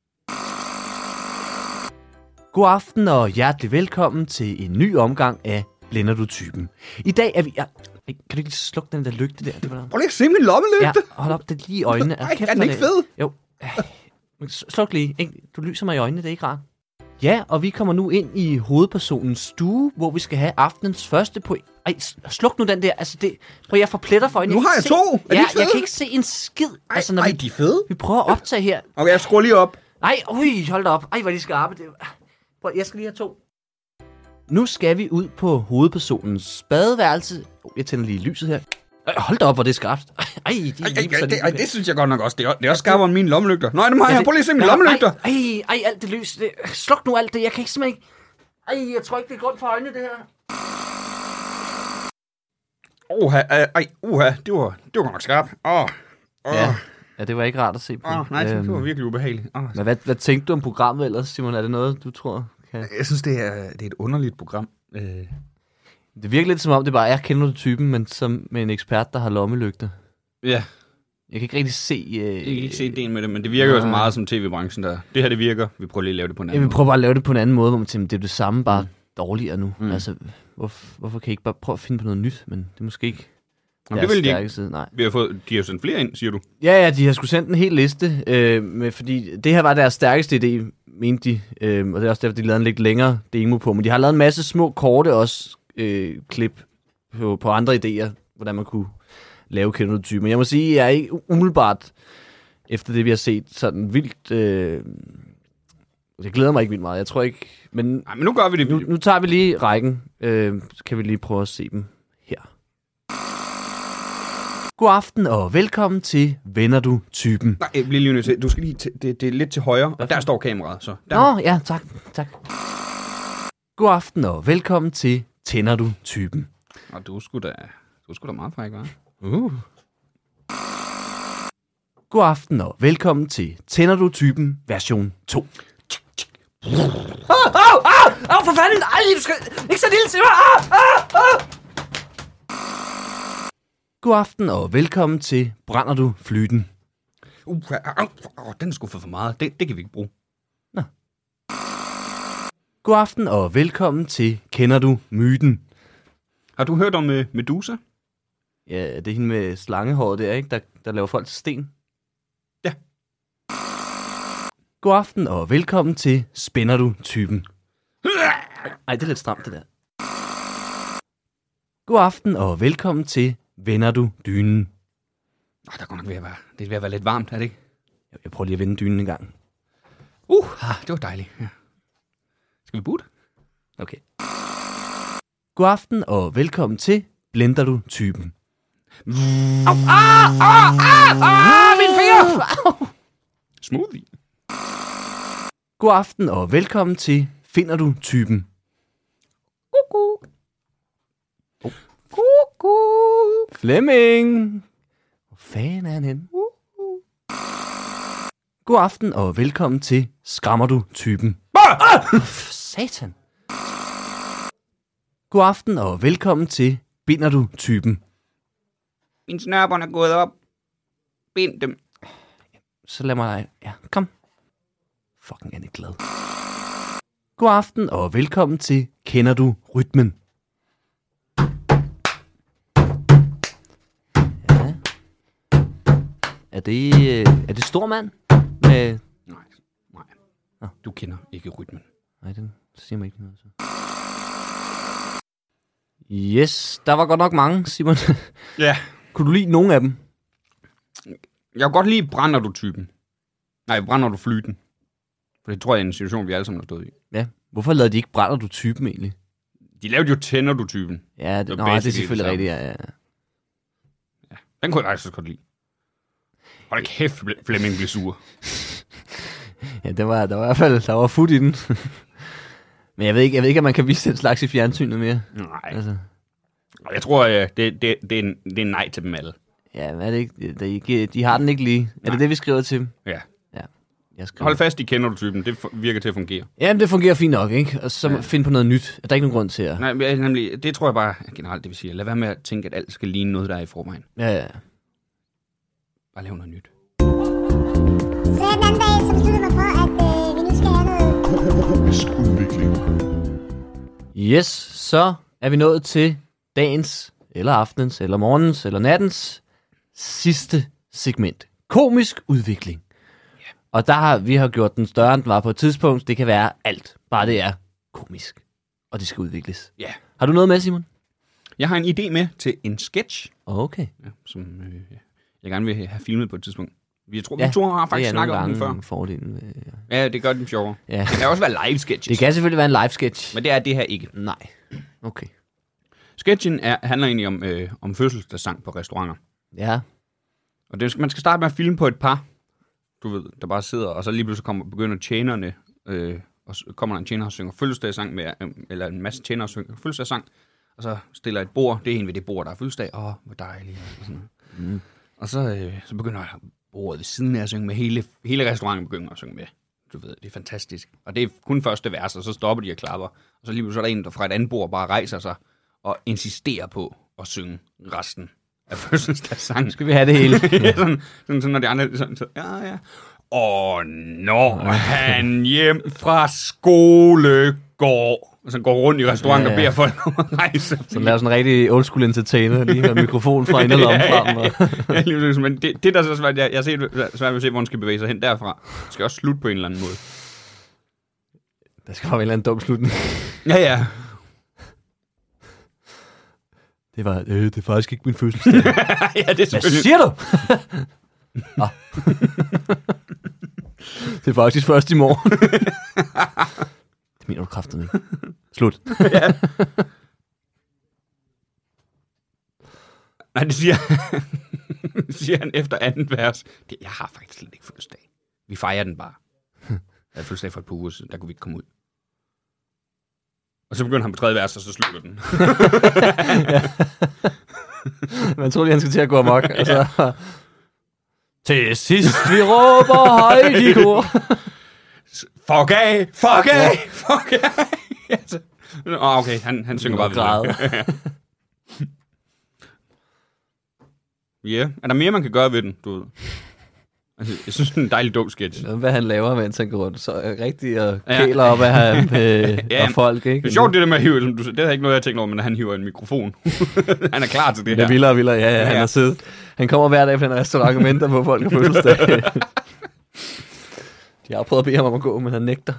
God aften og hjertelig velkommen til en ny omgang af Blender du typen. I dag er vi... Ja, kan du ikke lige slukke den der lygte der? Det var der. Prøv lige at se min lommelygte. Ja, hold op, det er lige i øjnene. Ej, Kæft, er den hvor ikke det- fed? Jo. Men s- Sluk lige. Ikke? Du lyser mig i øjnene, det er ikke rart. Ja, og vi kommer nu ind i hovedpersonens stue, hvor vi skal have aftenens første point. Ej, s- sluk nu den der. Altså, det... Prøv, jeg får pletter for øjnene. Nu Jeg har kan jeg se- to. Er de ja, ikke fede? jeg kan ikke se en skid. Ej, altså, når ej, vi, de er fede. vi prøver at optage her. Okay, jeg skruer lige op. Nej, ui, hold da op. Ej, hvor er de skarpe. Det... Prøv, jeg skal lige have to. Nu skal vi ud på hovedpersonens badeværelse. Oh, jeg tænder lige lyset her. Ej, hold da op, hvor det er skarpt. Ej, de Ej, ej, lyser ej, det, lige ej, ved. det synes jeg godt nok også. Det er, det er også skarpere end mine lommelygter. Nej, dem har jeg. Prøv lige at se mine Ja, lommelygter. Ej, ej, ej, alt det lys. Det... Sluk nu alt det. Jeg kan ikke simpelthen ikke... Ej, jeg tror ikke, det er grund for øjnene, det her. Uha, ej, ej, uha. Det var, det var godt nok skarpt. Åh, åh, Ja. Ja, det var ikke rart at se på. åh, nej, det, det var Øhm, virkelig ubehageligt. Åh, Men hvad, hvad tænkte du om programmet ellers, Simon? Er det noget, du tror kan... jeg synes, det er, det er et underligt program. Øh, Det virker lidt som om, det bare er, kender du typen, men som med en ekspert, der har lommelygter. ja, Jeg kan ikke rigtig se... Øh... jeg kan ikke se ideen med det, men det virker jo så meget som tv-branchen der. Det her, det virker. Vi prøver lige at lave det på en Jeg anden vil måde. prøve bare at lave det på en anden måde, hvor man tænker, det er det samme, bare mm. dårligere nu. Mm. Mm. Altså, hvorfor, hvorfor kan I ikke bare prøve at finde på noget nyt? Men det er måske ikke Jamen, det vil de stærke ikke. side. Nej. Vi har fået, de har sendt flere ind, siger du. Ja, ja, de har sgu sendt en hel liste, øh, med, fordi det her var deres stærkeste idé, mente de, øh, og det er også derfor, de lavede en lidt længere demo på, men de har lavet en masse små, korte også, øh, klip på, på andre idéer, hvordan man kunne lave kendetyper. Men jeg må sige, jeg er ikke umiddelbart, efter det vi har set, sådan vildt, øh, jeg glæder mig ikke vildt meget, jeg tror ikke, men Nej, men nu gør vi det. nu, nu tager vi lige rækken, øh, så kan vi lige prøve at se dem her. God aften og velkommen til Vender du typen. Nej, jeg bliver lige nødt til. Du skal lige til, det, det er lidt til højre, og der står kameraet, så. Der. Nå, ja, tak, tak. God aften og velkommen til Tænder du typen. Og du skulle da, du skulle da meget fræk, hva'? Uh. God aften og velkommen til Tænder du typen version to. Au, au, au, au, for fanden! Ej, du skal ikke så lille til mig! Au, au, au. God aften og velkommen til Brænder du flyten. Uh, uh, den er skuffet for meget. Det, det kan vi ikke bruge. God aften og velkommen til Kender du myten? Har du hørt om uh, Medusa? Ja, det er hende med slangehåret der, ikke? Der, der laver folk til sten. Ja. God aften og velkommen til Spænder du typen? Ej, det er lidt stramt, det der. God aften og velkommen til Vender du dynen? Oh, der er godt nok ved at være, det er ved at være lidt varmt, er det ikke? Jeg, jeg prøver lige at vende dynen en gang. Uh, ah, det var dejligt. Ja. Skal vi butte? Okay. God aften og velkommen til Blender du typen? Au, ah, ah, ah, ah, min finger! Smoothie. God aften og velkommen til Finder du typen? Kuku. Oh. Kuku. Flemming! Hvor fanden er han henne? God aften og velkommen til Skræmmer du typen? Ah! Satan! God aften og velkommen til Binder du typen? Min snørbånd er gået op. Bind dem. Så lad mig... Ja, kom. Fucking er det glad. God aften og velkommen til Kender du rytmen? Ja. Er det... øh, Er det stor mand? Med... Nej, nej. Du kender ikke rytmen. Nej, den siger mig ikke noget. Så. Yes, der var godt nok mange, Simon. Ja. Kunne du lide nogen af dem? Jeg kan godt lide brænder du typen. Nej, brænder du flyten. For det tror jeg er en situation, vi alle sammen har stået i. Ja. Hvorfor lavede de ikke brænder du typen egentlig? De lavede jo tænder du typen. Ja, det, Det nå, var det er basically selvfølgelig det rigtigt, ja, ja. Den kunne jeg faktisk godt lide. Hold kæft, Flemming blev sur. Ja, der var, der var i hvert fald der var fut i den. Men jeg ved ikke, jeg ved ikke, om man kan vise den slags i fjernsynet mere. Nej. Altså, Jeg tror, det, det, det, er en, det er en nej til dem alle. ja, hvad er det ikke? De, de har den ikke lige. Er det det, vi skriver til dem? Ja. Ja. Jeg skriver. Hold fast, de kender du typen. Det virker til at fungere. Jamen, det fungerer fint nok, ikke? Og så ja. Finde på noget nyt. Der er ikke nogen grund til at... Nej, men nemlig, det tror jeg bare generelt, det vil sige. Lad være med at tænke, at alt skal ligne noget, der er i forvejen. Ja, ja. Bare lav noget nyt. Så den anden dag, så besluttede jeg mig for, at øh, vi nu skal have noget... Komisk udvikling. Yes, så er vi nået til dagens, eller aftenens, eller morgens, eller nattens sidste segment. Komisk udvikling. Yeah. Og der har vi har gjort den større, end den var på et tidspunkt. Det kan være alt. Bare det er komisk. Og det skal udvikles. Ja. Har du noget med, Simon? Jeg har en idé med til en sketch, Okay. ja, som øh, jeg gerne vil have filmet på et tidspunkt. Vi, tror, Ja, vi to har faktisk det er snakket nogle om den før. gange fordelen ved... Ja, det gør den sjovere. Ja. Det kan også være live sketches. Det kan selvfølgelig være en live sketch. Men det er det her ikke. Nej. Okay. Sketchen er, handler egentlig om, øh, om fødselsdagssang på restauranter. Ja. Og det, man skal starte med at filme på et par, du ved, der bare sidder, og så lige pludselig kommer, begynder tjenerne, øh, og så kommer der en tjener og synger fødselsdagssang, med, øh, eller en masse tjenere og synger fødselsdagssang, og så stiller et bord, det er en ved det bord, der er fødselsdag, åh, hvor dejligt, og sådan noget. Mm. Og så, øh, så begynder bordet ved siden af at synge med, hele, hele restauranten begynder at synge med. Du ved, det er fantastisk. Og det er kun første vers, og så stopper de og klapper. Og så lige pludselig er der en, der fra et andet bord bare rejser sig og insisterer på at synge resten af fødselsdagssangen. Skal vi have det hele? Ja, sådan, sådan, sådan, når de andre sådan, så, ja, ja. Og når han hjem fra skole går, og så går rundt i restauranten Ja, ja. og beder folk om at rejse. Så laver sådan en rigtig old school entertainer, lige med mikrofon fra en eller anden frem. Og... Ja, lige præcis. Men det, det der er så svært, jeg, jeg har set, svært ved at se, hvor han skal bevæge sig hen derfra. Det skal også slutte på en eller anden måde. Der skal være en eller anden dum slutning. Ja, ja. Det var, øh, det er faktisk ikke min fødselsdag. ja, det er Hvad selvfølgelig. siger du? ah. Det er faktisk først i morgen. Det mener du kraftedeme ikke. Slut. Ja. Nej, det siger, det siger han efter anden vers. Det, jeg har faktisk slet ikke fødselsdag. Vi fejrer den bare. Jeg havde fødselsdag for et par uger siden, der kunne vi ikke komme ud. Og så begynder han på tredje vers, og så slutter den. Man tror lige, han skal til at gå amok. Og så... Til sidst vi råber højt i kor. Fuck af! Fuck af! Fuck af! Altså, oh, okay, han, han synger bare videre. Ja, yeah. Er der mere, man kan gøre ved den, du ved? Altså, jeg synes, det er en dejlig dum sketch. Hvad han laver, mens han går rundt. Så er rigtig og kæler op af ham, øh, Ja, og folk, ikke? Det er sjovt, det der med at hive, som du sagde, det er ikke noget, jeg tænker over, men han hiver en mikrofon. Han er klar til det Det er her. vildere og vildere, ja, ja, han Ja. har siddet. Han kommer hver dag på en restaurant og venter på, at folk har fødselsdag. De har prøvet at bede ham om at gå, men han nægter.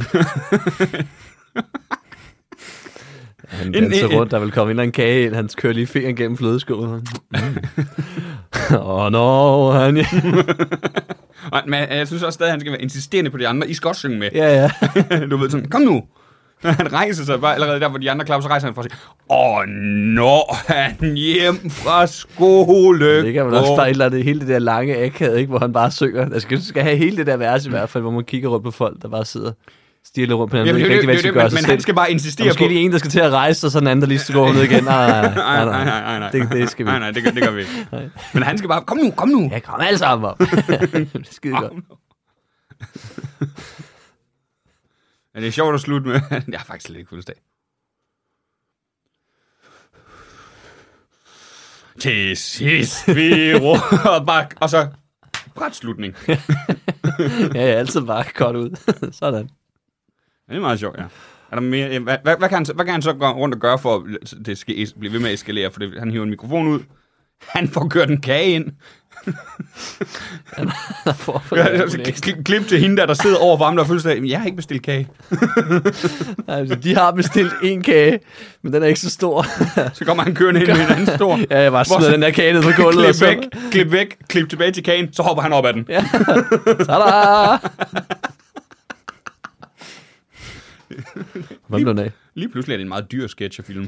Han danser rundt, der vil komme ind og en kage ind. Han kører lige fingeren gennem flødeskålen. Åh, nå, han... Men jeg synes også stadig, at han skal være insisterende på de andre. I skal også synge med. Ja, ja. Du ved sådan, kom nu. Han rejser sig bare allerede der, hvor de andre klapper, så rejser han for at sige, åh, når han hjem fra skole. Det kan man også bare et eller andet, hele det der lange akade, ikke, hvor han bare synger. Altså, jeg skal have hele det der vers i hvert fald, hvor man kigger rundt på folk, der bare sidder stille rundt på hinanden. Jamen, Ikke det, rigtig, det, hvad de det, skal gøre men, sig men selv. han skal bare Der insistere er måske på... lige en, der skal til at rejse sig, og så den anden, der lige skal gå ned igen. Nej, nej, Nej, nej, nej, nej, nej. Det, det skal vi Nej, nej, det gør, det gør vi ikke. Men han skal bare, kom nu, kom nu. Ja, kom alle sammen op. Det er skide godt. Men det er sjovt at slutte med. Jeg har faktisk slet ikke fødselsdag. Til sidst vi råber bare, og så bræt slutning. Ja, jeg er altid bare godt ud. Sådan. Det er meget sjovt, ja. Er der mere, hvad, hvad, hvad, kan han, så- hvad kan han så gå rundt og gøre for, at det skal es- blive ved med at eskalere? For det, han hiver en mikrofon ud. Han får kørt en kage ind. Ja, så kl- klip til hende der, der sidder over for ham, der har fødselsdag. Men jeg har ikke bestilt kage. Altså, de har bestilt en kage, men den er ikke så stor. Så kommer han kørende ind med en anden stor. Ja, jeg bare smider den der kage ned på gulvet. Klip og så... væk, klip væk, klip tilbage til kagen, så hopper han op ad den. Ja. Tada! Hvad blev den af? Lige pludselig er det en meget dyr sketchfilm.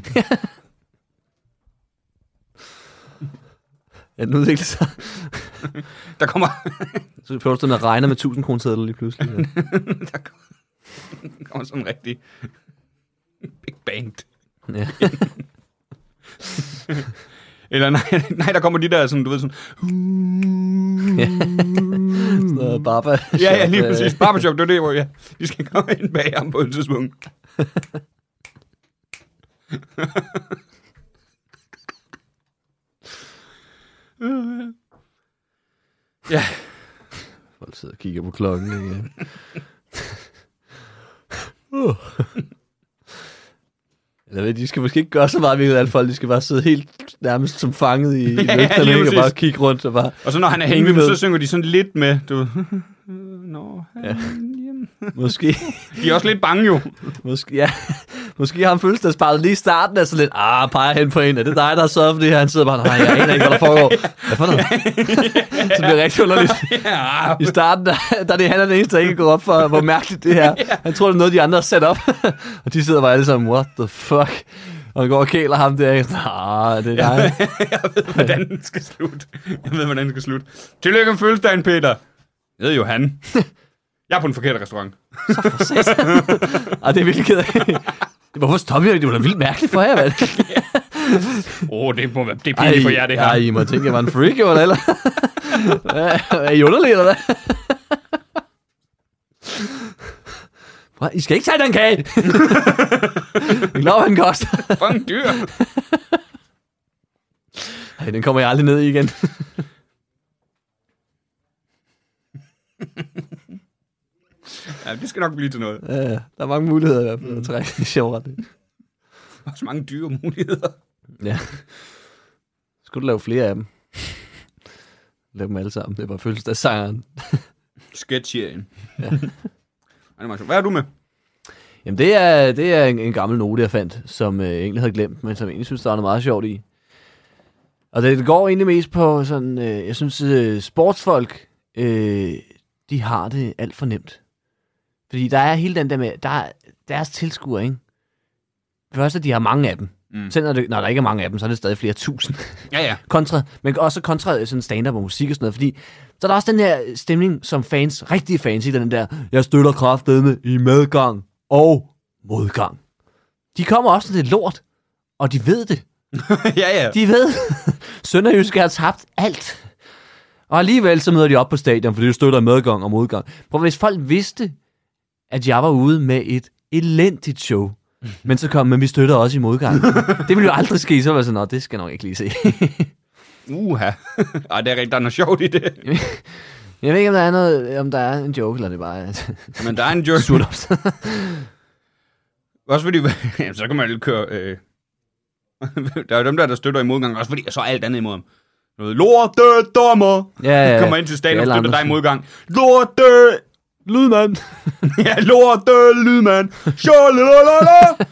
Ja, den udvikler sig. Der kommer, Så prøver du at regne med tusind kroner sedler lige pludselig. Ja. der kommer, der kommer sådan en rigtig big band. Ja. Eller nej, nej, der kommer de der sådan, du ved sådan... Sådan noget Baba. Ja, ja, lige præcis. Barbershop, det er det, hvor ja, de skal komme ind bag ham på et tidspunkt. Ja. Folk sidder og kigger på klokken. Ikke? uh. Eller ved, de skal måske ikke gøre så meget ved alle folk. De skal bare sidde helt nærmest som fanget i, i Ja, lygterne, lige ikke? Og præcis. bare kigge rundt og bare... Og så når han er Hænge hænge med, med. så synger de sådan lidt med, du. Nå, han Ja. hjem. Måske, De er også lidt bange jo. måske, ja, måske har han fødselsdagsbarnet lige i starten af så lidt, ah, peger hen på en, er det dig, der har sørget for det her? Han sidder bare, nej, jeg aner ikke, hvad der foregår. Hvad for noget? Så bliver det rigtig underligt. Ja. I starten, der, der er det han er den eneste, der ikke går op for, hvor mærkeligt det her. Han tror, det er noget, de andre har sat op. Og de sidder bare alle sammen, what the fuck? Og han går og kæler ham der. Nej, det er dig. Jeg ved, hvordan den skal slutte. Jeg ved, hvordan den skal slutte. Tillykke med fødselsdagen, Peter. Jeg hedder Johan. Jeg er på den forkerte restaurant. Så for satan. Ej, det er virkelig ked af. Hvorfor stopper jeg? Det var da vildt mærkeligt for jer, mand. Åh, oh, det, må være- det er pinligt for jer, det her. Ej, I må tænke, at jeg var en freak, jo, eller? Hvad? Er I underlige, eller hvad? Hvad? I skal ikke tage den kage! Jeg glad, hvad den koster. Fucking dyr. Ej, den kommer jeg aldrig ned i igen. Ja, det skal nok blive til noget. Ja, der er mange muligheder i hvert fald at trække i sjov retning. Også mange dyre muligheder. Ja. Skulle du lave flere af dem? Lave dem alle sammen. Det var fødselsdagssangeren. Sketch-serien. Ja. Hvad er du med? Jamen, det er, det er en, en gammel note, jeg fandt, som øh, egentlig havde glemt, men som jeg egentlig synes, der er noget meget sjovt i. Og det, det går egentlig mest på sådan, øh, jeg synes, øh, sportsfolk, øh, de har det alt for nemt. Fordi der er hele den der med, der er deres tilskuere, ikke? Først, at de har mange af dem. Mm. Selv når, det, når der ikke er mange af dem, så er det stadig flere tusind. Ja, ja. Kontra, men også kontra sådan stand-up og musik og sådan noget, fordi så er der også den her stemning som fans, rigtige fans, ikke? Den der, jeg støtter kraftedeme i medgang og modgang. De kommer også til det lort, og de ved det. ja, ja. De ved, Sønderjyske har tabt alt. Og alligevel så møder de op på stadion, fordi de støtter medgang og modgang. Prøv, hvis folk vidste, at jeg var ude med et elendigt show, men så kom, men vi støtter også i modgang. Det ville jo aldrig ske, så var jeg sådan, nå, det skal jeg nok ikke lige se. Uha. Ej, det er rigtigt, der er noget sjovt i det. Jeg ved ikke, om der er, noget, om der er en joke, eller det bare er Men der er en joke. surt opstået. Også fordi, ja, så kan man jo køre... Øh... der er jo dem der, der støtter i modgang, også fordi så er alt andet imod ham. Noget lorte dommer. Ja, ja, ja. Kommer ind til stadion og Det er alle støtter dig i andre. modgang. Lorte Lydmand. ja, lorte lydmand. Sjalala.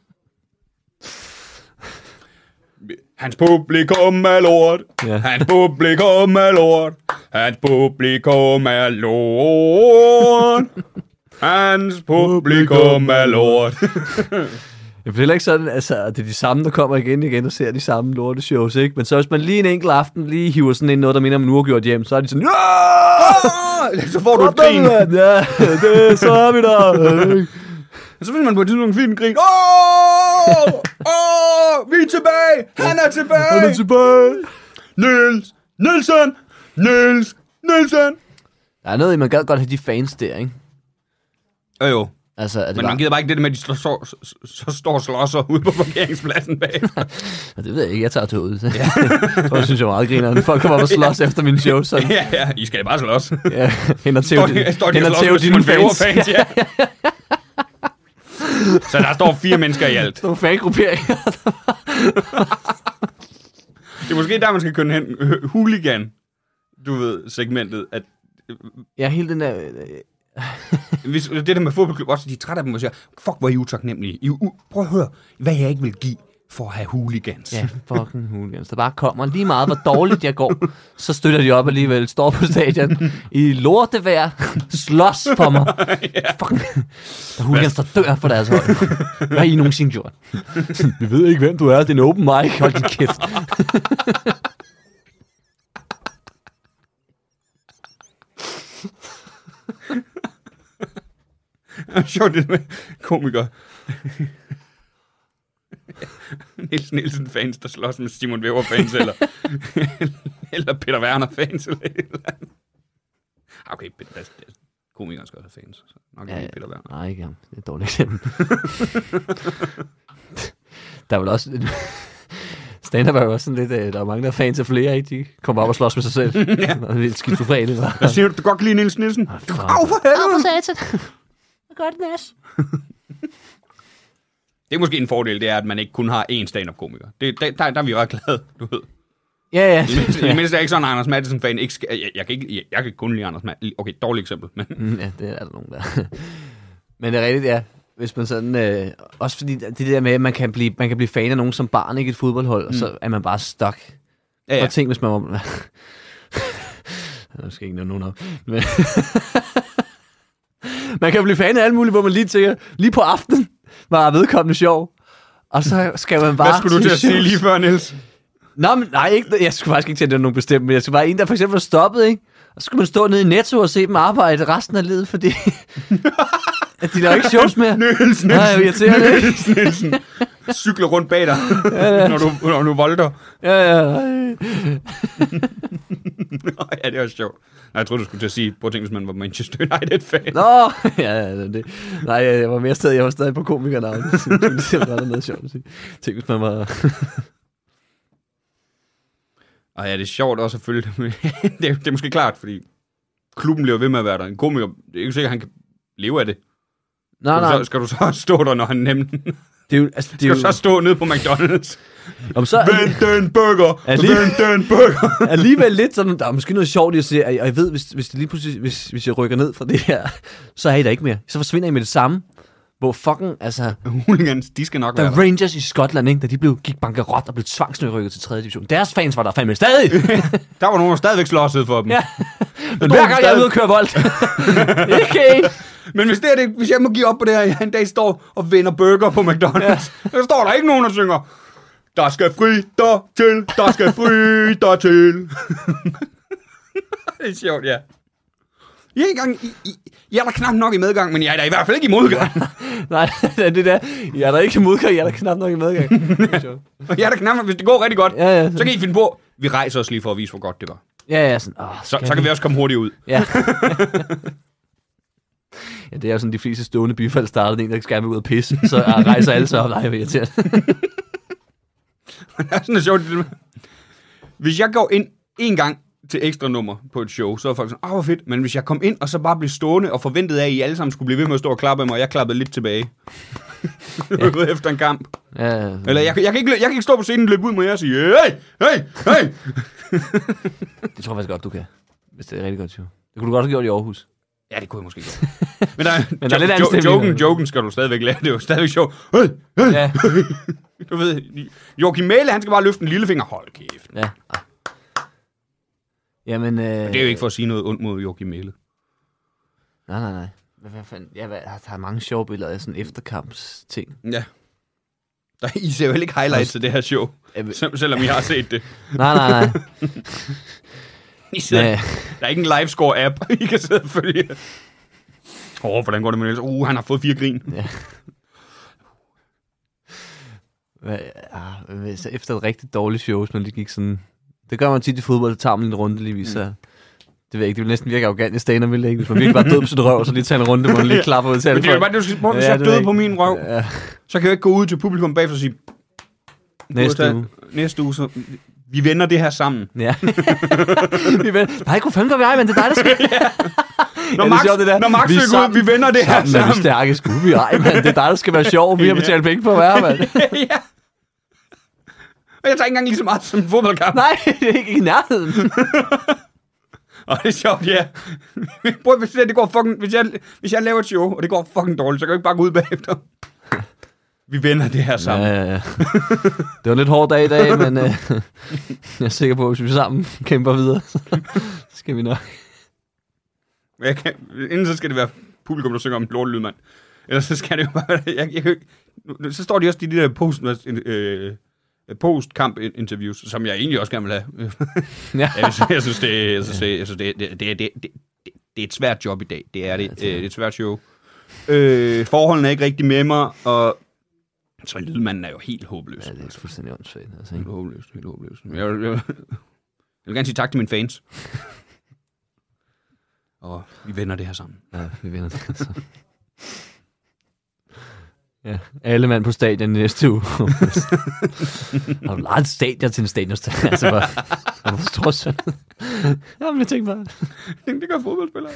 Hans publikum er lort. Ja. Hans publikum er lort. Hans publikum er lort. Hans publikum er lort. Jeg føler ikke sådan, altså, at det er de samme, der kommer igen igen og ser de samme lorteshows, ikke? Men så hvis man lige en enkelt aften lige hiver sådan ind noget, der minder om en uafgjort hjem, så er de sådan, ja! Så får du et grin. Ja, det, så er vi der. Og så vil man på et tidspunkt finde en grin. Åh! Åh! Vi er tilbage! Han er tilbage! Han er tilbage. Niels! Nielsen! Niels! Nielsen! Der er noget i, man gad godt have de fans der, ikke? Øh jo. Altså, er det Men bare... man gider bare ikke det der med, at de står, så, så, så står og slåsser ude på parkeringspladsen bag. Ja, det ved jeg ikke, jeg tager toget. Ja. Jeg tror, jeg synes, jeg er meget griner, når folk kommer op og slås efter mine shows. Sådan. ja, ja, I skal bare slås. Ja, hen og tæv Står de, står de hen og og slås tæv med dine Simon Væver fans. fans, ja. Så der står fire mennesker i alt. Nogle fangrupperinger. Det er måske der, man skal køre hen. Hooligan, du ved, segmentet. At, Ja, hele den der... hvis, det der med fodboldklub, også de er trætte af dem og siger, fuck, hvor er I utaknemmelige. I, u- prøv at høre, hvad jeg ikke vil give for at have hooligans. Ja, fucking hooligans. Der bare kommer lige meget, hvor dårligt jeg går, så støtter de op alligevel, står på stadion i lortevejr, slås for mig. Ja. Fucking, der er hooligans, der dør for deres hold. Hvad har I nogensinde gjort? Vi ved ikke, hvem du er. Det er en open mic. Hold din kæft. Sjovt det med komikere. Niels Nielsen fans, der slås med Simon Væver fans, eller, eller Peter Werner fans, eller et eller andet. Okay, komikere skal også have fans, så nok Ja, ikke Peter Werner. nej, ikke ham. Det er et dårligt eksempel. Der er vel også... Stand-up er jo også sådan lidt... Der er mange, der er fans af flere, ikke? De kommer op og slås med sig selv. Ja. Og det er skizofrene. Hvad siger du? Du kan godt lide Niels Nielsen? Au, for helvede! satan. Hvad gør det næs? Det er måske en fordel, det er, at man ikke kun har én stand-up-komiker. Det, der, der, der er vi ret glade, du ved. Ja, ja. I mindste, i mindste er ikke sådan, at Anders Matthesen-fan ikke skal... Jeg, jeg, kan ikke, jeg, jeg kan kun lide Anders Matthesen. Okay, dårligt eksempel, men... Mm, ja, det er der nogen, der... Men det er rigtigt, ja. Hvis man sådan... Øh, også fordi det der med, at man kan blive, man kan blive fan af nogen som barn, ikke et fodboldhold, mm. og så er man bare stuck. Ja, ja. Og tænk, hvis man var... Jeg skal ikke nævne nogen op. Men... man kan blive fan af alt muligt, hvor man lige tænker, lige på aftenen var vedkommende sjov. Og så skal man bare... Hvad skulle du til at sige lige før, Niels? Nå, men nej, ikke, jeg skulle faktisk ikke til at det var nogen bestemt, men jeg skulle bare en, der for eksempel var stoppet, ikke? Og så skulle man stå nede i Netto og se dem arbejde resten af livet, fordi at de laver ikke shows mere. Niels Nielsen. Nej, jeg irriterer ikke. Niels Nielsen. Cykler rundt bag dig, ja, ja. når du, når du volter. Ja, ja. Ja, det er også sjovt. Nej, jeg troede, du skulle til at sige, prøv at tænke, hvis man var Manchester United-fan. Nå, ja, ja, det. Nej, jeg var mere stadig, jeg var stadig på komikernavn. Det var der noget sjovt at sige. Tænk, hvis man var... Og ja, det er sjovt også at følge det med. det, er, det er måske klart, fordi klubben bliver ved med at være der. En komiker, det er ikke sikkert, at han kan leve af det. Nej, skal, nej. du så, skal du så stå der, når han nemmer den? Det er jo, altså, det er Skal jo... du så stå nede på McDonald's? Om så... Vend den burger! Alligevel- Vend den burger! Alligevel lidt sådan, der er måske noget sjovt i at se, og jeg ved, hvis, hvis, det lige pludselig, hvis, hvis jeg rykker ned fra det her, så er I der ikke mere. Så forsvinder I med det samme. Hvor fucking, altså... Hooligans, de skal nok Der være der. Rangers i Skotland, ikke, da de blev, gik bankerot og blev tvangsnedrykket til tredje division. Deres fans var der fandme stadig. Der var nogen, der stadigvæk slåsede for dem. Ja. Men hver gang jeg er ude og køre vold. Ikke en. Men hvis, det er det, hvis jeg må give op på det her, jeg en dag står og vender burger på McDonald's, ja. Så står der ikke nogen, der synger, der skal fri der til, der skal fri der til. Det er sjovt, ja. I er, engang, I, I, I er der knap nok i medgang, men jeg er der i hvert fald ikke i modgang. Nej, det der. Jeg er der ikke i modgang, jeg er der knap nok i medgang. Og jeg er der knap nok, hvis det går rigtig godt, Ja, ja. så kan I finde på, vi rejser os lige for at vise, hvor godt det var. Ja, ja, sådan, åh, Så, så kan vi også komme hurtigt ud. Ja. Ja, det er jo sådan, de fleste stående bifald startede en, der skal med ud og pisse, så jeg rejser alle sig op. Nej, jeg vil irritere. Det er sådan noget sjovt. Det med. Hvis jeg går ind en gang til ekstra nummer på et show, så var folk sådan, åh, hvor fedt. Men hvis jeg kom ind, og så bare blev stående og forventede af, at I alle sammen skulle blive ved med at stå og klappe af mig, og jeg klappede lidt tilbage. Ja. Efter en kamp. Ja, ja. Eller jeg, jeg, kan ikke, jeg kan ikke stå på scenen og løbe ud mod jer og sige, hey, hey, hey. Det tror jeg faktisk godt, du kan. Hvis det er et rigtig godt show. Det kunne du godt have gjort i Aarhus. Ja, det kunne jeg måske godt. Men der, Men der er lidt anden jo, stemning. joken, joken skal du stadigvæk lære. Det er jo stadigvæk sjovt. Hey, hey. Ja. Du ved, Joachim Mæhle, han skal bare løfte en lillefinger. Hold kæft. Ja. Jamen, øh... Det er jo ikke for at sige noget ondt mod Joachim Mæhle. Nej, nej, nej. Hvad, hvad fanden? Ja, hvad, der er mange sjove billeder af sådan efterkampsting. Ja. Der, I ser jo heller ikke highlights af det her show, Sel- selvom I har set det. Nej, nej, nej. I sidder, Ja. Der er ikke en livescore-app, I kan sidde og følge. Åh, oh, hvordan går det med Niels? Uh, han har fået fire grin. Ja. Hvad, ah, hvis- efter et rigtig dårligt show, hvis man lige gik sådan... Det gør man tit i fodbold, så tager man en runde lige så... Det ved jeg ikke, det vil næsten virke arrogant i stand-up, ville det ikke? Hvis man virkelig bare død på sit røv, så lige tage en runde, hvor man lige klapper ud til alle Men det er jo folk. bare, du skal, hvis Ja, jeg det ved døde jeg på ikke. min røv, Ja. så kan jeg jo ikke gå ud til publikum bagefter og sige... Næste "Gustav, uge. Næste uge, så... Vi vender det her sammen. Ja. vi vender... Nej, hvor fanden gør vi ej, men det er dig, der skal... Når det er Max, sjovt, det der. når Max Vi er rykker ud, sammen. vi vender det her Sammen er vi sammen. stærke sgu. Vi ej, mand. Det er dig, der skal være sjov. Vi har betalt penge på at være, mand. Ja. Og jeg tager ikke engang lige så meget som en fodboldkamp. Nej, det er ikke i nærheden. Og det er sjovt, ja. Prøv, hvis, det, det går fucking, hvis, jeg, hvis jeg laver et show, og det går fucking dårligt, så kan jeg ikke bare gå ud bagefter. Vi vender det her sammen. Ja, ja, ja. Det var en lidt hård dag i dag, men øh, jeg er sikker på, at hvis vi sammen kæmper videre, så skal vi nok. Jeg kan, inden så skal det være publikum, der synger om lortelydmand. Ellers så skal det jo bare... Jeg, jeg, kan, ikke- så står de også i de der post, øh, post-kamp-interviews, som jeg egentlig også gerne vil have. Ja. jeg, synes, jeg synes, det, jeg synes, det, jeg synes, det, det, det, det, det, det er et svært job i dag. Det er det. Ja, det er Øh, det er et svært show. Øh, forholdene er ikke rigtig med mig, og så lydmanden er jo helt håbløs. Ja, det er fuldstændig åndssvagt. Altså, Helt ikke? håbløst, helt håbløst. Jeg, jeg, jeg, jeg vil gerne sige tak til mine fans. Og vi vender det her sammen. Ja, vi vinder det. Altså. Ja, alle mand på stadion i næste uge. Har du lejet et stadion til en stadion? Altså, hvor, hvor forstår sådan? Jamen, jeg tænker bare... Det gør fodboldspillere.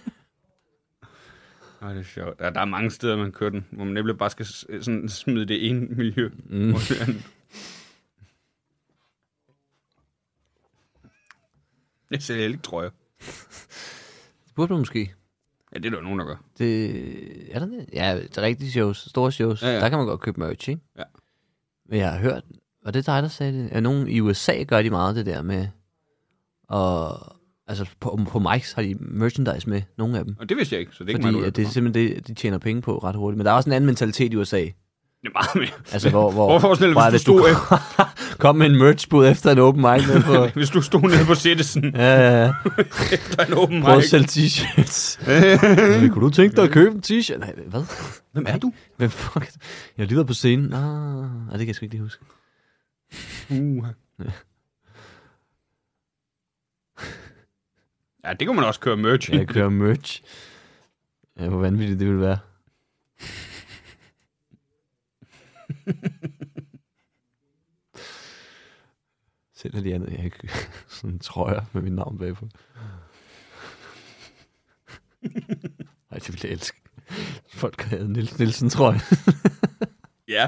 Ej, det er sjovt. Der, der er mange steder, man kører den, hvor man nemlig bare skal s- sådan smide det ene miljø. Mm. Mod det andet. Jeg sælger ikke trøjer. Det burde man måske. Ja, det er der jo nogen, der gør. Det, er der det? Ja, det er rigtige shows, store shows. Ja, ja. Der kan man godt købe merch, ikke? Ja. Men jeg har hørt, var det dig, der sagde det? At nogen i U S A gør de meget det der med, og altså på, på mics har de merchandise med, nogle af dem. Og det vidste jeg ikke, så det er ikke Fordi mig, at det er simpelthen det, de tjener penge på ret hurtigt. Men der er også en anden mentalitet i U S A. Det er meget mere. Altså, hvor, hvor, Hvor forestil dig, hvor er hvis du det, stod du kom med en merchbud efter en open mic. Med på, Hvis du stod nede på Citizen ja, ja, ja. efter en åben Prøv at mic. sælge t-shirts. Øh, Kunne du tænke dig at købe en t-shirt? Nej, hvad? Hvem er du? Hvem fuck? Jeg har lige været på scenen. Ah, nej, det kan jeg sgu ikke lige huske. Uh. Ja, det kunne man også køre merch i. Jeg kører merch. Ja, hvor vanvittigt det ville være. Selv de andet, jeg har ikke sådan en trøjer med mit navn bagpå. Ej, det ville jeg elske. Folk havde Niels Nielsen trøje. Ja.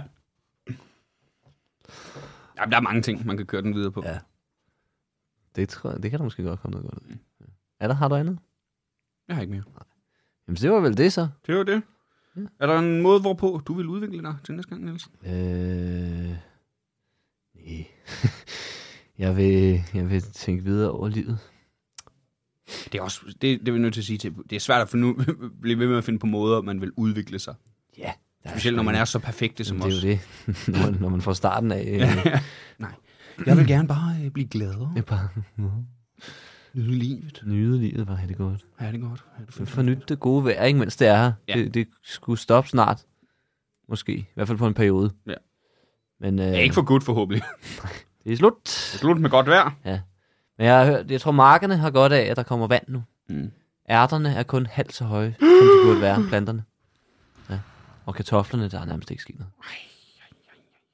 Jamen, der er mange ting, man kan køre den videre på. Ja. Det, tror jeg, det kan der måske godt komme noget godt ud af. Er der, har du andet? Jeg har ikke mere. Jamen, det var vel det så. Det var det. Ja. Er der en måde, hvorpå du vil udvikle dig til næste gang, Niels? Øh... Nej. jeg, vil, jeg vil tænke videre over livet. Det er også, det, det er vi nødt til at sige til. Det er svært at finde, blive ved med at finde på måder, man vil udvikle sig. Ja. Specielt når man er så perfekte som Jamen, os. det er jo det, når man, når man får starten af. Øh, Nej. Jeg vil gerne bare øh, blive gladere. det er bare Nyde livet. nyde livet, bare have det godt. Ja, det er godt. Ja, det er fedt. For nyt det gode vejr, ikke mens det er her. Ja. Det, det skulle stoppe snart. Måske. I hvert fald på en periode. Ja. Men øh, Det er ikke for godt forhåbentlig. det er slut. Det er slut med godt vejr. Men jeg har hørt, jeg tror markerne har godt af, at der kommer vand nu. Mm. Ærterne er kun halvt så høje, som de burde være, planterne. Ja. Og kartoflerne, der er nærmest ikke sket noget.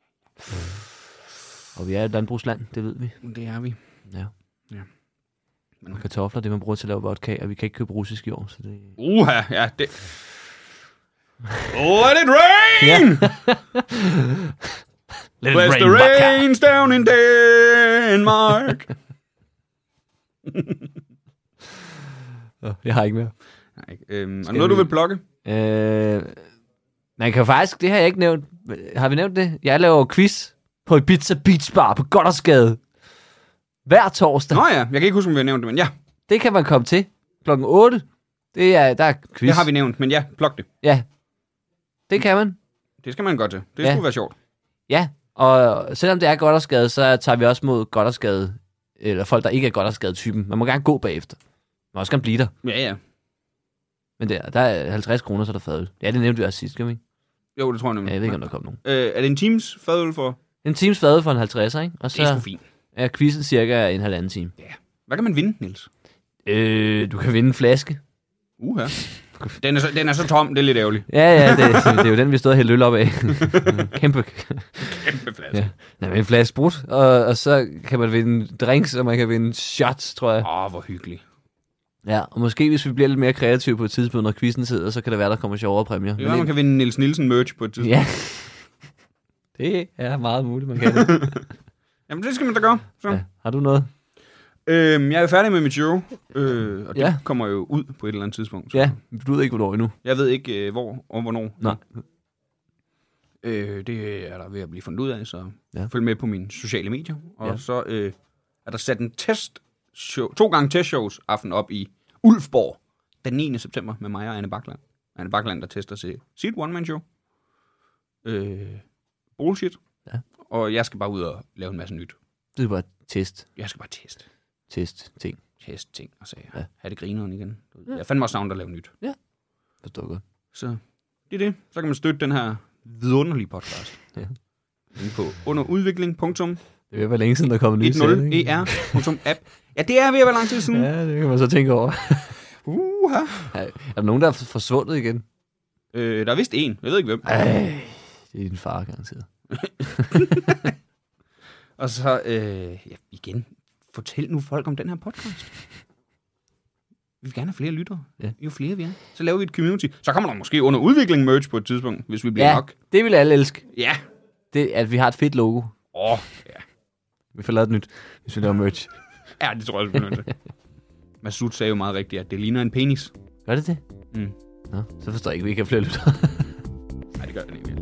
Og vi er et landbrugsland, det ved vi. Det er vi. Ja. Ja. Og kartofler, det man bruger til at lave vodka, og vi kan ikke købe russisk i år, så det... Uha, ja, det... Oh, let it rain! Ja. Let Bless the rains down in Denmark. Jeg har ikke mere. Nej, øhm, og Skal noget, du vi- vil plukke? Øh, man kan jo faktisk, det har jeg ikke nævnt. Har vi nævnt det? Jeg laver quiz på Ibiza Beach Bar på Goddersgade. Hver torsdag. Nå ja, jeg kan ikke huske, om vi har nævnt det, men ja, Det kan man komme til klokken otte. Det er, der er quiz. det har vi nævnt, men ja, pluk det. Ja, det kan man. Det skal man godt til. Det Ja. skulle være sjovt. Ja, og selvom det er Goddersgade, så tager vi også mod Goddersgade, eller folk, der ikke er Goddersgade-typen. Man må gerne gå bagefter. Man må også gerne blive der. Ja, ja. Men der, der er halvtreds kroner, så er der fadøl. Ja, det nævnte vi også sidst, skal vi ikke? Jo, det tror jeg Ja, nemlig. jeg ved ikke, om der kom nogen. Øh, er det en teams fadøl for? En times fadøl for en halvtredser, ikke? Og Det er sgu så fint. er quizzen cirka en halvanden time. Hvad kan man vinde, Niels? Øh, du kan vinde en flaske. Uha. Den er, så, den er så tom, det er lidt ærgerligt. Ja, ja, det, det er jo den, vi stod og hældte øl op af. Kæmpe. Kæmpe flaske. Ja. Nej, men en flaske sprut, og, og så kan man vinde drinks, og man kan vinde shots, tror jeg. Åh, oh, hvor hyggeligt. Ja, og måske hvis vi bliver lidt mere kreative på et tidspunkt, når quizzen sidder, så kan det være, der kommer sjovere præmier. Det er, man kan vinde Niels Nielsen merch på et tidspunkt. Ja, det er meget muligt, man kan det. Jamen, det skal man da gøre. Så. Ja. Har du noget? Øhm, jeg er færdig med mit show, øh, og det Ja. kommer jo ud på et eller andet tidspunkt. Så. Ja, du ved ikke, hvornår endnu. Jeg ved ikke, øh, hvor og hvornår. Nej. Øh, det er der ved at blive fundet ud af, så Ja. ja. følg med på mine sociale medier. Og Ja. ja. så øh, er der sat en test show, to gange testshows aften op i Ulfborg den niende september med mig og Anne Bakland. Anne Bakland, der tester til sit one-man-show. Øh, bullshit. Ja. Og jeg skal bare ud og lave en masse nyt. Det er bare test, Jeg skal bare teste. test, ting. Teste ting og sager. Ja. Ja. Ha' det grineren igen. Ja. Jeg fandt mig også savnet at lave nyt. Forstår godt. Så det er det. Så kan man støtte den her vidunderlige podcast. Ja. Inde på underudvikling punktum Det vil være længe siden, der kommer nye ti e r punktum app. Ja, det er ved at være lang tid siden. Ja. Ja, det kan man så tænke over. Uh-huh. Er der nogen, der er forsvundet igen? Øh, der er vist en. Jeg ved ikke hvem. Ej, det er din far, garanteret. Og så, øh, ja, igen, fortæl nu folk om den her podcast. Vi vil gerne have flere lyttere. Ja. Jo flere vi er. Så laver vi et community. Så kommer der måske under udvikling merch på et tidspunkt, hvis vi bliver Ja, nok. det vil alle elske. Ja. Det, at vi har et fedt logo. Åh, oh, ja. Vi får lavet et nyt, hvis vi laver merch. Ja, det tror jeg, vi bliver nødt til. Masud sagde jo meget rigtigt, at det ligner en penis. Gør det det? Mm. Nå, så forstår jeg ikke, at vi ikke har flere lyttere. Nej, det gør det ikke.